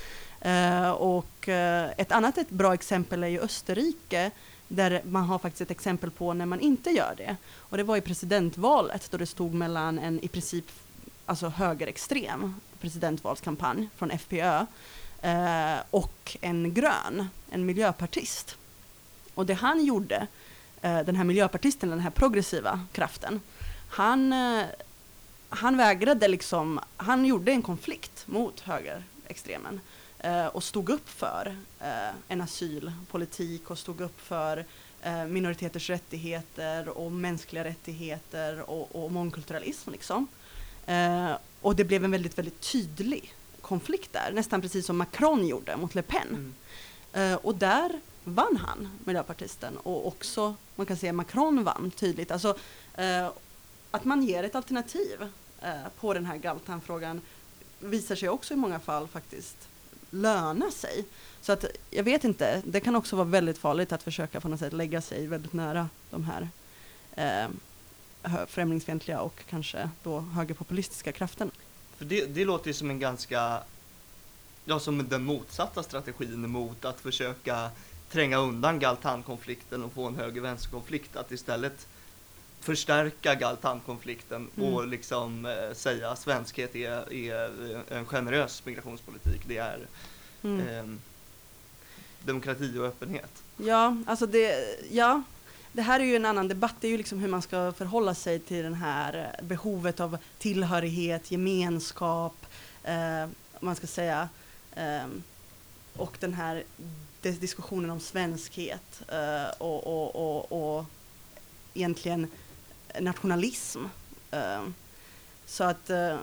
Eh, och eh, ett annat ett bra exempel är ju Österrike, där man har faktiskt ett exempel på när man inte gör det. Och det var i presidentvalet då det stod mellan en i princip alltså högerextrem presidentvalskampanj från F P Ö eh, och en grön, en miljöpartist. Och det han gjorde, eh, den här miljöpartisten, den här progressiva kraften, han, eh, han vägrade liksom, han gjorde en konflikt mot högerextremen eh, och stod upp för eh, en asylpolitik och stod upp för eh, minoriteters rättigheter och mänskliga rättigheter och, och mångkulturalism liksom. Eh, och det blev en väldigt, väldigt tydlig konflikt där, nästan precis som Macron gjorde mot Le Pen. Mm. Eh, och där vann han, miljöpartisten, och också, man kan säga Macron vann tydligt. Alltså, eh, att man ger ett alternativ eh, på den här Galtan-frågan visar sig också i många fall faktiskt löna sig. Så att, jag vet inte, det kan också vara väldigt farligt att försöka på något sätt lägga sig väldigt nära de här eh, främlingsfientliga och kanske då högerpopulistiska krafterna. För det, det låter ju som en ganska, ja, som den motsatta strategin mot att försöka tränga undan Galtan-konflikten och få en höger-vänster-konflikt, att istället förstärka Galtan-konflikten mm. och liksom eh, säga att svenskhet är, är en generös migrationspolitik. Det är mm. eh, demokrati och öppenhet. Ja, alltså det, ja, det här är ju en annan debatt. Det är ju liksom hur man ska förhålla sig till den här behovet av tillhörighet, gemenskap, eh, man ska säga, eh, och den här diskussionen om svenskhet eh, och, och, och, och egentligen nationalism. Eh, så att eh,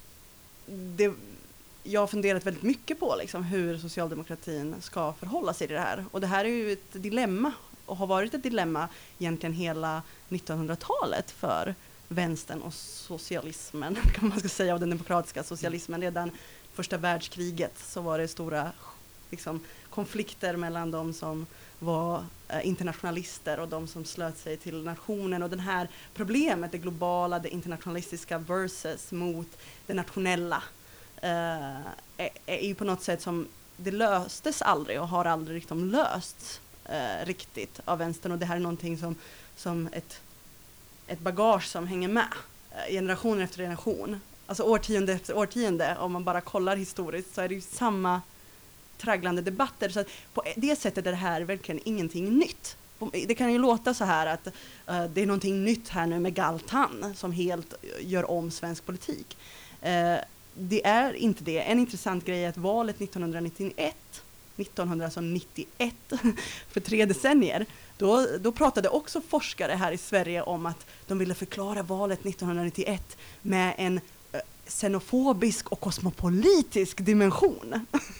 det, jag har funderat väldigt mycket på liksom, hur socialdemokratin ska förhålla sig till det här. Och det här är ju ett dilemma och har varit ett dilemma egentligen hela nittonhundratalet för vänstern och socialismen, kan man ska säga, och den demokratiska socialismen. Redan första världskriget så var det stora liksom, konflikter mellan de som var eh, internationalister och de som slöt sig till nationen. Och det här problemet, det globala, det internationalistiska versus mot det nationella, eh, är, är ju på något sätt som det löstes aldrig och har aldrig liksom lösts eh, riktigt av vänstern. Och det här är någonting som, som ett, ett bagage som hänger med eh, generation efter generation. Alltså årtionde efter årtionde, om man bara kollar historiskt så är det ju samma tragglande debatter. Så att på det sättet är det här verkligen ingenting nytt. Det kan ju låta så här att uh, det är någonting nytt här nu med Galtan som helt gör om svensk politik. Uh, det är inte det. En intressant grej är att valet nittonhundranittioett, nittonhundranittioett för tre decennier, då, då pratade också forskare här i Sverige om att de ville förklara valet nittonhundranittioett med en xenofobisk och kosmopolitisk dimension.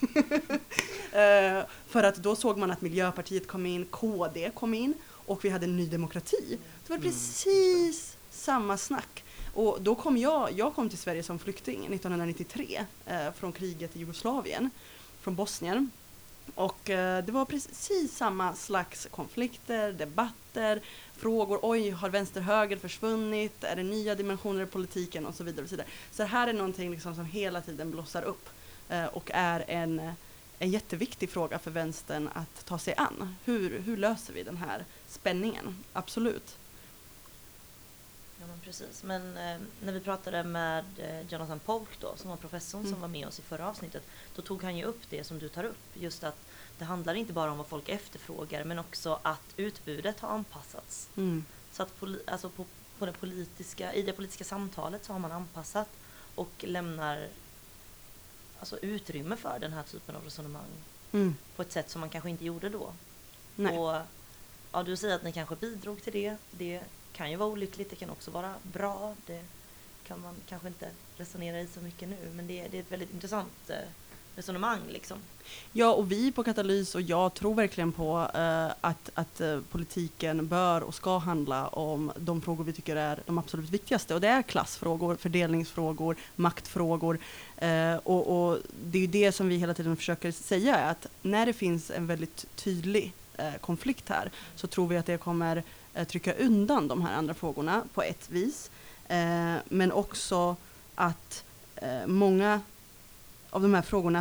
uh, för att då såg man att Miljöpartiet kom in, K D kom in och vi hade en ny demokrati. Det var precis mm. samma snack. Och då kom jag, jag kom till Sverige som flykting nittonhundranittiotre uh, från kriget i Jugoslavien, från Bosnien. Och eh, det var precis samma slags konflikter, debatter, frågor. Oj, har vänster-höger försvunnit? Är det nya dimensioner i politiken? Och så vidare. Och så vidare. Så det här är någonting liksom som hela tiden blossar upp eh, och är en, en jätteviktig fråga för vänstern att ta sig an. Hur, hur löser vi den här spänningen? Absolut. Ja, men precis. Men eh, när vi pratade med eh, Jonathan Polk då, som var professorn mm. som var med oss i förra avsnittet, då tog han ju upp det som du tar upp. Just att det handlar inte bara om vad folk efterfrågar, men också att utbudet har anpassats. Mm. Så att poli- alltså på, på det politiska, i det politiska samtalet så har man anpassat och lämnar alltså utrymme för den här typen av resonemang mm. på ett sätt som man kanske inte gjorde då. Nej. Och ja, du säger att ni kanske bidrog till det. Det kan ju vara olyckligt, det kan också vara bra. Det kan man kanske inte resonera i så mycket nu, men det, det är ett väldigt intressant eh, resonemang liksom. Ja, och vi på Katalys och jag tror verkligen på eh, att, att eh, politiken bör och ska handla om de frågor vi tycker är de absolut viktigaste. Och det är klassfrågor, fördelningsfrågor, maktfrågor. Eh, och, och det är ju det som vi hela tiden försöker säga, är att när det finns en väldigt tydlig eh, konflikt här, så tror vi att det kommer eh, trycka undan de här andra frågorna på ett vis. Eh, men också att eh, många av de här frågorna, så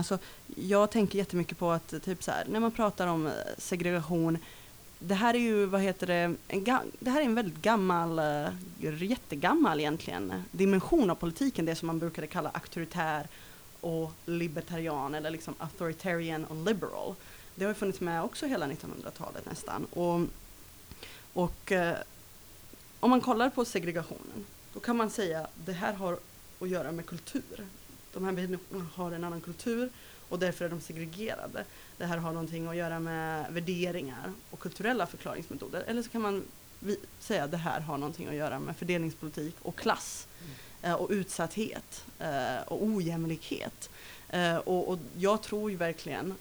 jag tänker jättemycket på att typ så här, när man pratar om segregation, det här är ju, vad heter det, en, ga- det här är en väldigt gammal, uh, jättegammal egentligen, dimension av politiken, det som man brukade kalla auktoritär och libertarian, eller liksom authoritarian och liberal. Det har ju funnits med också hela nittonhundratalet nästan. Och, och uh, om man kollar på segregationen, då kan man säga att det här har att göra med kultur. De här människorna har en annan kultur och därför är de segregerade. Det här har någonting att göra med värderingar och kulturella förklaringsmetoder. Eller så kan man vi- säga att det här har någonting att göra med fördelningspolitik och klass. Mm. Eh, och utsatthet eh, och ojämlikhet. Eh, och, och jag tror ju verkligen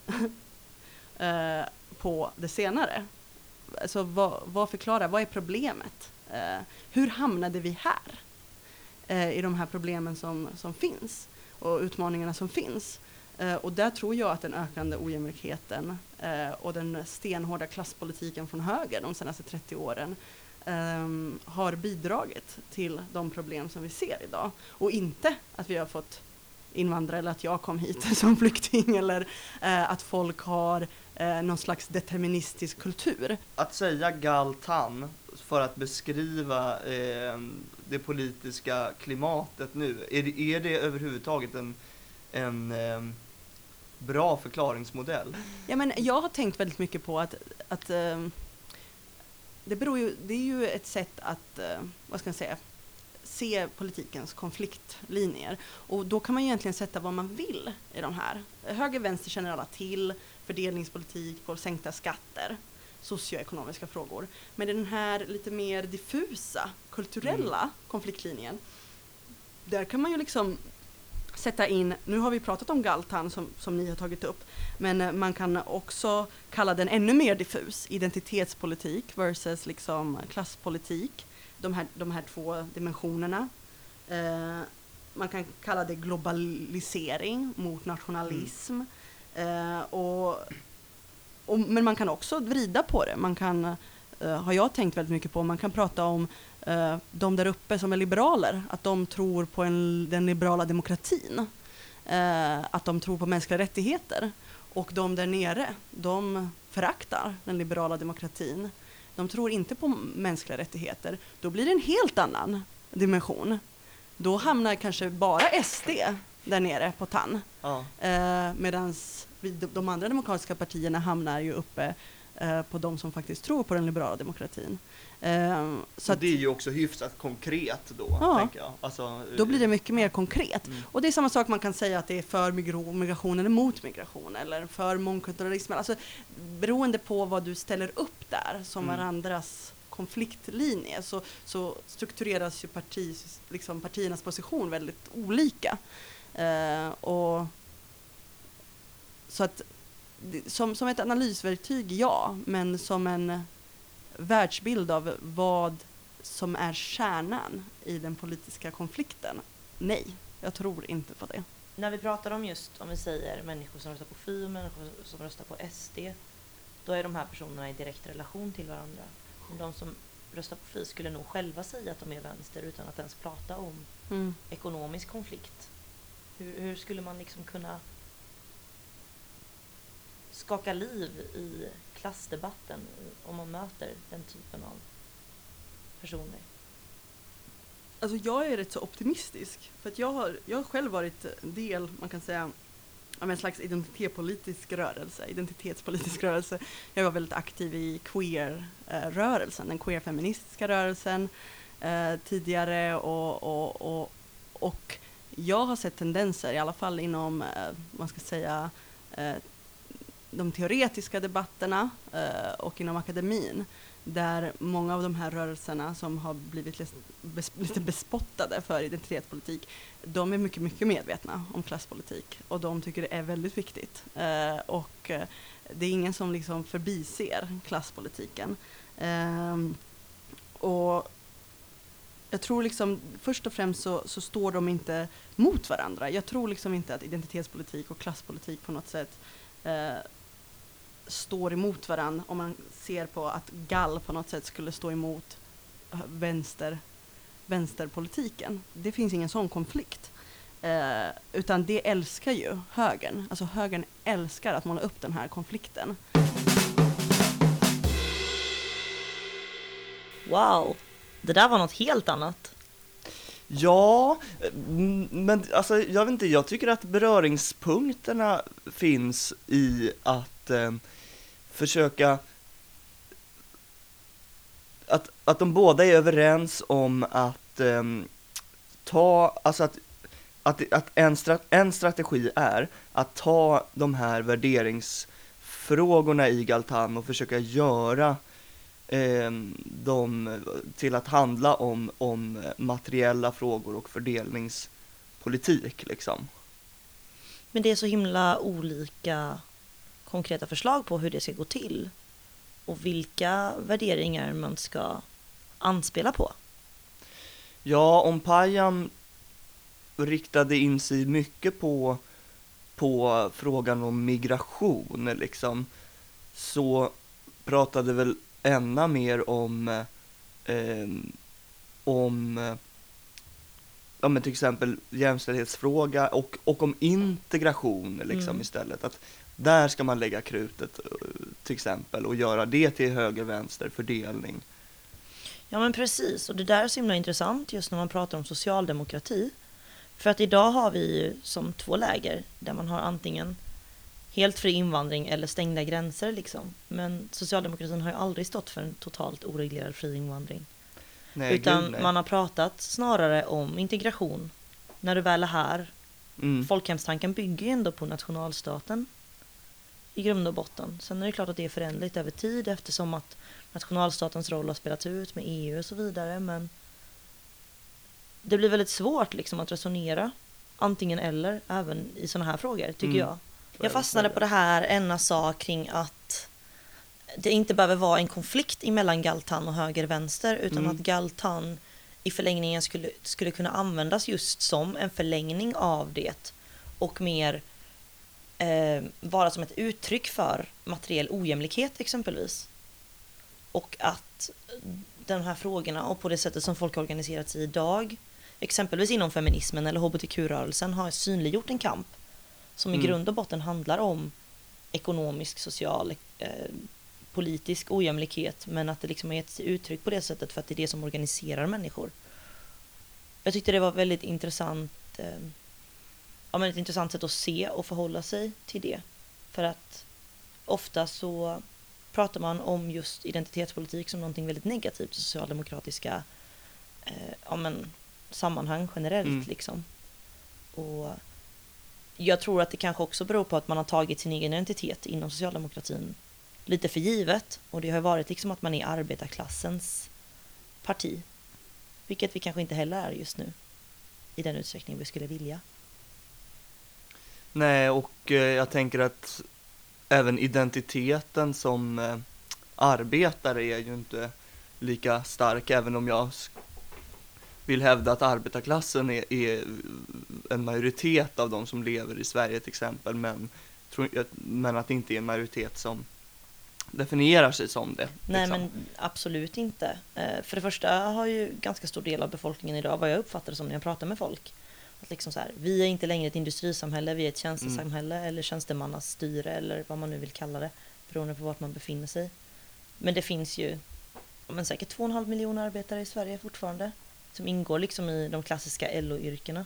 eh, på det senare. Alltså vad, vad förklarar, vad är problemet? Eh, hur hamnade vi här? Eh, I de här problemen som, som finns och utmaningarna som finns. Uh, och där tror jag att den ökande ojämlikheten uh, och den stenhårda klasspolitiken från höger de senaste trettio åren um, har bidragit till de problem som vi ser idag. Och inte att vi har fått invandrare eller att jag kom hit som flykting eller uh, att folk har uh, någon slags deterministisk kultur. Att säga Galtan för att beskriva eh, det politiska klimatet nu, är det, är det överhuvudtaget en en eh, bra förklaringsmodell? Ja, men jag har tänkt väldigt mycket på att, att eh, det beror ju, det är ju ett sätt att, eh, vad ska jag säga, se politikens konfliktlinjer. Och då kan man egentligen sätta vad man vill i de här. Höger, vänster känner alla till, fördelningspolitik, på sänkta skatter, socioekonomiska frågor. Men den här lite mer diffusa, kulturella mm. konfliktlinjen, där kan man ju liksom sätta in, nu har vi pratat om Galtan som, som ni har tagit upp, men man kan också kalla den ännu mer diffus, identitetspolitik versus liksom klasspolitik, de här, de här två dimensionerna. Eh, man kan kalla det globalisering mot nationalism. Mm. Eh, och, och, men man kan också vrida på det, man kan, eh, har jag tänkt väldigt mycket på, man kan prata om Uh, de där uppe som är liberaler, att de tror på en, den liberala demokratin, uh, att de tror på mänskliga rättigheter, och de där nere, de föraktar den liberala demokratin, de tror inte på mänskliga rättigheter. Då blir det en helt annan dimension. Då hamnar kanske bara S D där nere på tann, ja. uh, medan de andra demokratiska partierna hamnar ju uppe uh, på de som faktiskt tror på den liberala demokratin. Uh, så att det är ju också hyfsat konkret då, ja, tänker jag. Alltså, då blir det mycket mer konkret. Mm. Och det är samma sak, man kan säga att det är för migration, migration eller mot migration, eller för mångkulturalism. Alltså, beroende på vad du ställer upp där som mm. varandras konfliktlinje, så, så struktureras ju parti, liksom partiernas position väldigt olika. Uh, och så att som, som ett analysverktyg, ja, men som en världsbild av vad som är kärnan i den politiska konflikten, nej, jag tror inte på det. När vi pratar om just, om vi säger människor som röstar på F I och människor som röstar på S D, då är de här personerna i direkt relation till varandra. Men de som röstar på F I skulle nog själva säga att de är vänster utan att ens prata om mm. ekonomisk konflikt. Hur, hur skulle man liksom kunna skaka liv i klassdebatten om man möter den typen av personer? Alltså jag är rätt så optimistisk, för att jag har, jag har själv varit en del, man kan säga, av en slags identitetspolitisk rörelse, identitetspolitisk rörelse. Jag var väldigt aktiv i queer-rörelsen, den queer-feministiska rörelsen eh, tidigare, och, och, och, och jag har sett tendenser, i alla fall inom, eh, man ska säga, eh, de teoretiska debatterna eh, och inom akademin, där många av de här rörelserna som har blivit lite bespottade för identitetspolitik, de är mycket, mycket medvetna om klasspolitik, och de tycker det är väldigt viktigt. Eh, och eh, det är ingen som liksom förbiser klasspolitiken. Eh, och jag tror liksom, först och främst så, så står de inte mot varandra. Jag tror liksom inte att identitetspolitik och klasspolitik på något sätt eh, står emot varandra, om man ser på att G A L på något sätt skulle stå emot vänster, vänsterpolitiken. Det finns ingen sån konflikt. Eh, utan det älskar ju högern. Alltså högern älskar att måla upp den här konflikten. Wow, det där var något helt annat. Ja, mm, men alltså jag vet inte, jag tycker att beröringspunkterna finns i att eh, försöka att, att de båda är överens om att eh, ta, alltså att, att, att en, stra, en strategi är att ta de här värderingsfrågorna i Galtan och försöka göra eh, dem till att handla om, om materiella frågor och fördelningspolitik liksom. Men det är så himla olika konkreta förslag på hur det ska gå till och vilka värderingar man ska anspela på. Ja, om Payam riktade in sig mycket på, på frågan om migration liksom, så pratade väl ännu mer om eh, om ja, men till exempel jämställdhetsfråga och, och om integration liksom Mm. istället. Att där ska man lägga krutet till exempel och göra det till höger-vänster fördelning. Ja men precis, och det där är så himla intressant just när man pratar om socialdemokrati. För att idag har vi ju som två läger där man har antingen helt fri invandring eller stängda gränser liksom. Men socialdemokratin har ju aldrig stått för en totalt oreglerad fri invandring. Nej, Utan gud, nej. man har pratat snarare om integration när du väl är här. Mm. Folkhemstanken bygger ju ändå på nationalstaten i grund och botten. Sen är det klart att det är förändligt över tid eftersom att nationalstatens roll har spelats ut med E U och så vidare. Men det blir väldigt svårt liksom att resonera antingen eller även i sådana här frågor tycker Mm. jag. Jag fastnade på det här Enna sa kring att det inte behöver vara en konflikt mellan Galtan och höger-vänster utan Mm. att Galtan i förlängningen skulle, skulle kunna användas just som en förlängning av det och mer eh, vara som ett uttryck för materiell ojämlikhet exempelvis. Och att de här frågorna och på det sättet som folk har organiserat sig idag, exempelvis inom feminismen eller H B T Q-rörelsen, har synliggjort en kamp som Mm. i grund och botten handlar om ekonomisk, social, eh, politisk ojämlikhet, men att det liksom har gett sig uttryck på det sättet för att det är det som organiserar människor. Jag tyckte det var väldigt intressant, eh, ja, men ett intressant sätt att se och förhålla sig till det. För att ofta så pratar man om just identitetspolitik som någonting väldigt negativt i socialdemokratiska eh, ja, men, sammanhang generellt. Mm. Liksom. Och jag tror att det kanske också beror på att man har tagit sin egen identitet inom socialdemokratin lite för givet. Och det har varit liksom att man är arbetarklassens parti. Vilket vi kanske inte heller är just nu i den utsträckning vi skulle vilja. Nej, och eh, jag tänker att även identiteten som eh, arbetare är ju inte lika stark, även om jag sk- vill hävda att arbetarklassen är, är en majoritet av de som lever i Sverige till exempel, men, tror, jag- men att det inte är en majoritet som definierar sig som det. Nej, liksom. men absolut inte. Eh, för det första har ju ganska stor del av befolkningen idag, vad jag uppfattar det som när jag pratar med folk, att liksom så här, vi är inte längre ett industrisamhälle, vi är ett tjänstesamhälle Mm. eller tjänstemannastyre eller vad man nu vill kalla det, beroende på vart man befinner sig. Men det finns ju ja, men säkert två och en halv miljoner arbetare i Sverige fortfarande som ingår liksom i de klassiska L O-yrkena.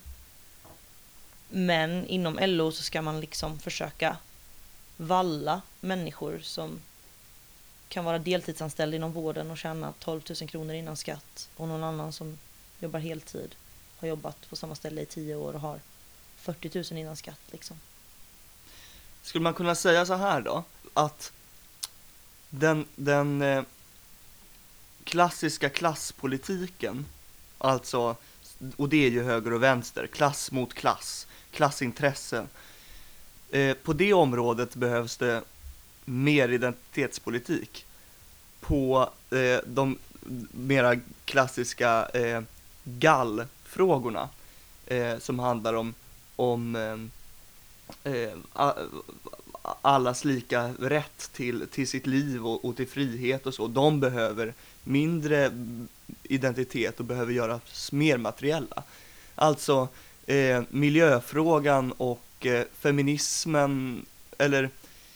Men inom L O så ska man liksom försöka valla människor som kan vara deltidsanställd inom vården och tjäna tolv tusen kronor innan skatt och någon annan som jobbar heltid har jobbat på samma ställe i tio år och har fyrtio tusen innan skatt liksom. Skulle man kunna säga så här då, att den, den eh, klassiska klasspolitiken, alltså, och det är ju höger och vänster, klass mot klass, klassintressen, eh, på det området behövs det mer identitetspolitik. På eh, de mera klassiska eh, gallfrågorna eh, som handlar om, om eh, eh, a- allas lika rätt till, till sitt liv och, och till frihet och så, de behöver mindre identitet och behöver göras mer materiella. Alltså eh, miljöfrågan och eh, feminismen, eller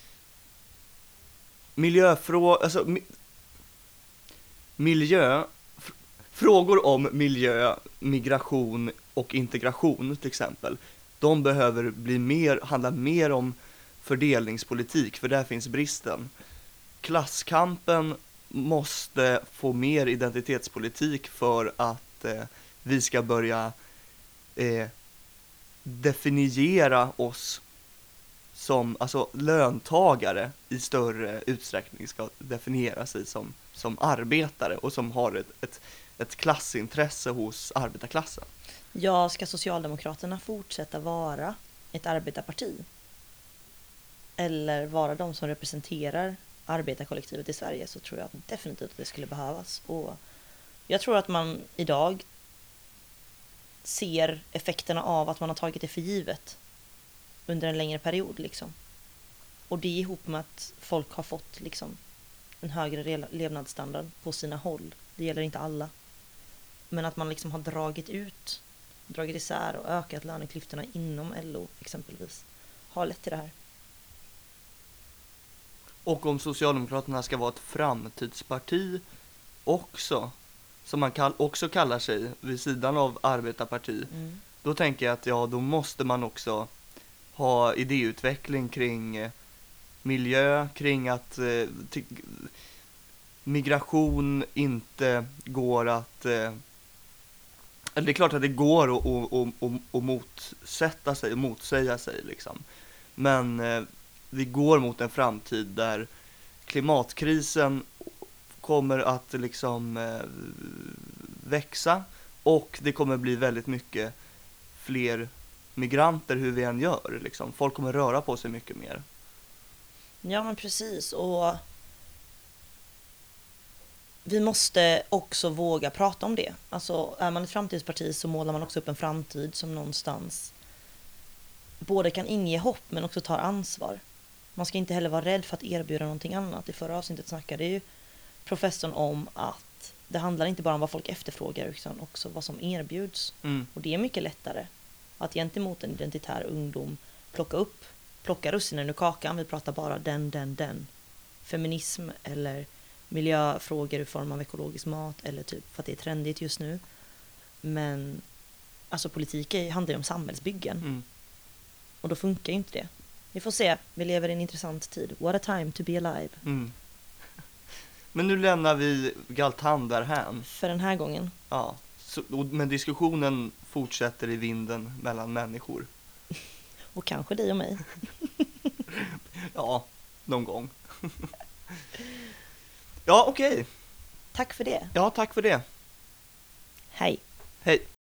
miljöfrågor, alltså mi- miljö, f- frågor om miljö, migration och integration till exempel, de behöver bli mer, handla mer om fördelningspolitik, för där finns bristen. Klasskampen måste få mer identitetspolitik för att eh, vi ska börja eh, definiera oss som, alltså löntagare i större utsträckning ska definiera sig som, som arbetare och som har ett, ett, ett klassintresse hos arbetarklassen. Ja, ska Socialdemokraterna fortsätta vara ett arbetarparti? Eller vara de som representerar arbetarkollektivet i Sverige, så tror jag definitivt att det skulle behövas. Och jag tror att man idag ser effekterna av att man har tagit det för givet under en längre period liksom. Och det ihop med att folk har fått liksom en högre re- levnadsstandard på sina håll. Det gäller inte alla. Men att man liksom har dragit ut, dragit isär och ökat löneklyftorna inom L O exempelvis har lett till det här. Och om Socialdemokraterna ska vara ett framtidsparti också, som man kall, också kallar sig vid sidan av arbetarparti, Mm. då tänker jag att ja, då måste man också ha idéutveckling kring eh, miljö, kring att eh, ty- migration inte går att eh, eller det är klart att det går att, att, att, att, att motsätta sig och motsäga sig liksom. Men eh, vi går mot en framtid där klimatkrisen kommer att liksom eh, växa och det kommer bli väldigt mycket fler migranter hur vi än gör liksom. Folk kommer röra på sig mycket mer. Ja, men precis. Och vi måste också våga prata om det. Alltså, är man ett framtidsparti så målar man också upp en framtid som någonstans både kan inge hopp men också tar ansvar. Man ska inte heller vara rädd för att erbjuda någonting annat. I förra avsnittet snackade ju professorn om att det handlar inte bara om vad folk efterfrågar utan också vad som erbjuds. Mm. Och det är mycket lättare att gentemot en identitär ungdom plocka upp, plocka russinen ur kakan. Vi pratar bara den, den, den. Feminism eller miljöfrågor i form av ekologisk mat eller typ för att det är trendigt just nu. Men alltså politik är- handlar ju om samhällsbyggen Mm. och då funkar ju inte det. Vi får se, vi lever i en intressant tid. What a time to be alive. Mm. Men nu lämnar vi Galtan därhän. För den här gången. Ja, så, och- men diskussionen fortsätter i vinden mellan människor. Och kanske dig och mig. Ja, någon gång. Ja, okej. Tack för det. Ja, tack för det. Hej. Hej.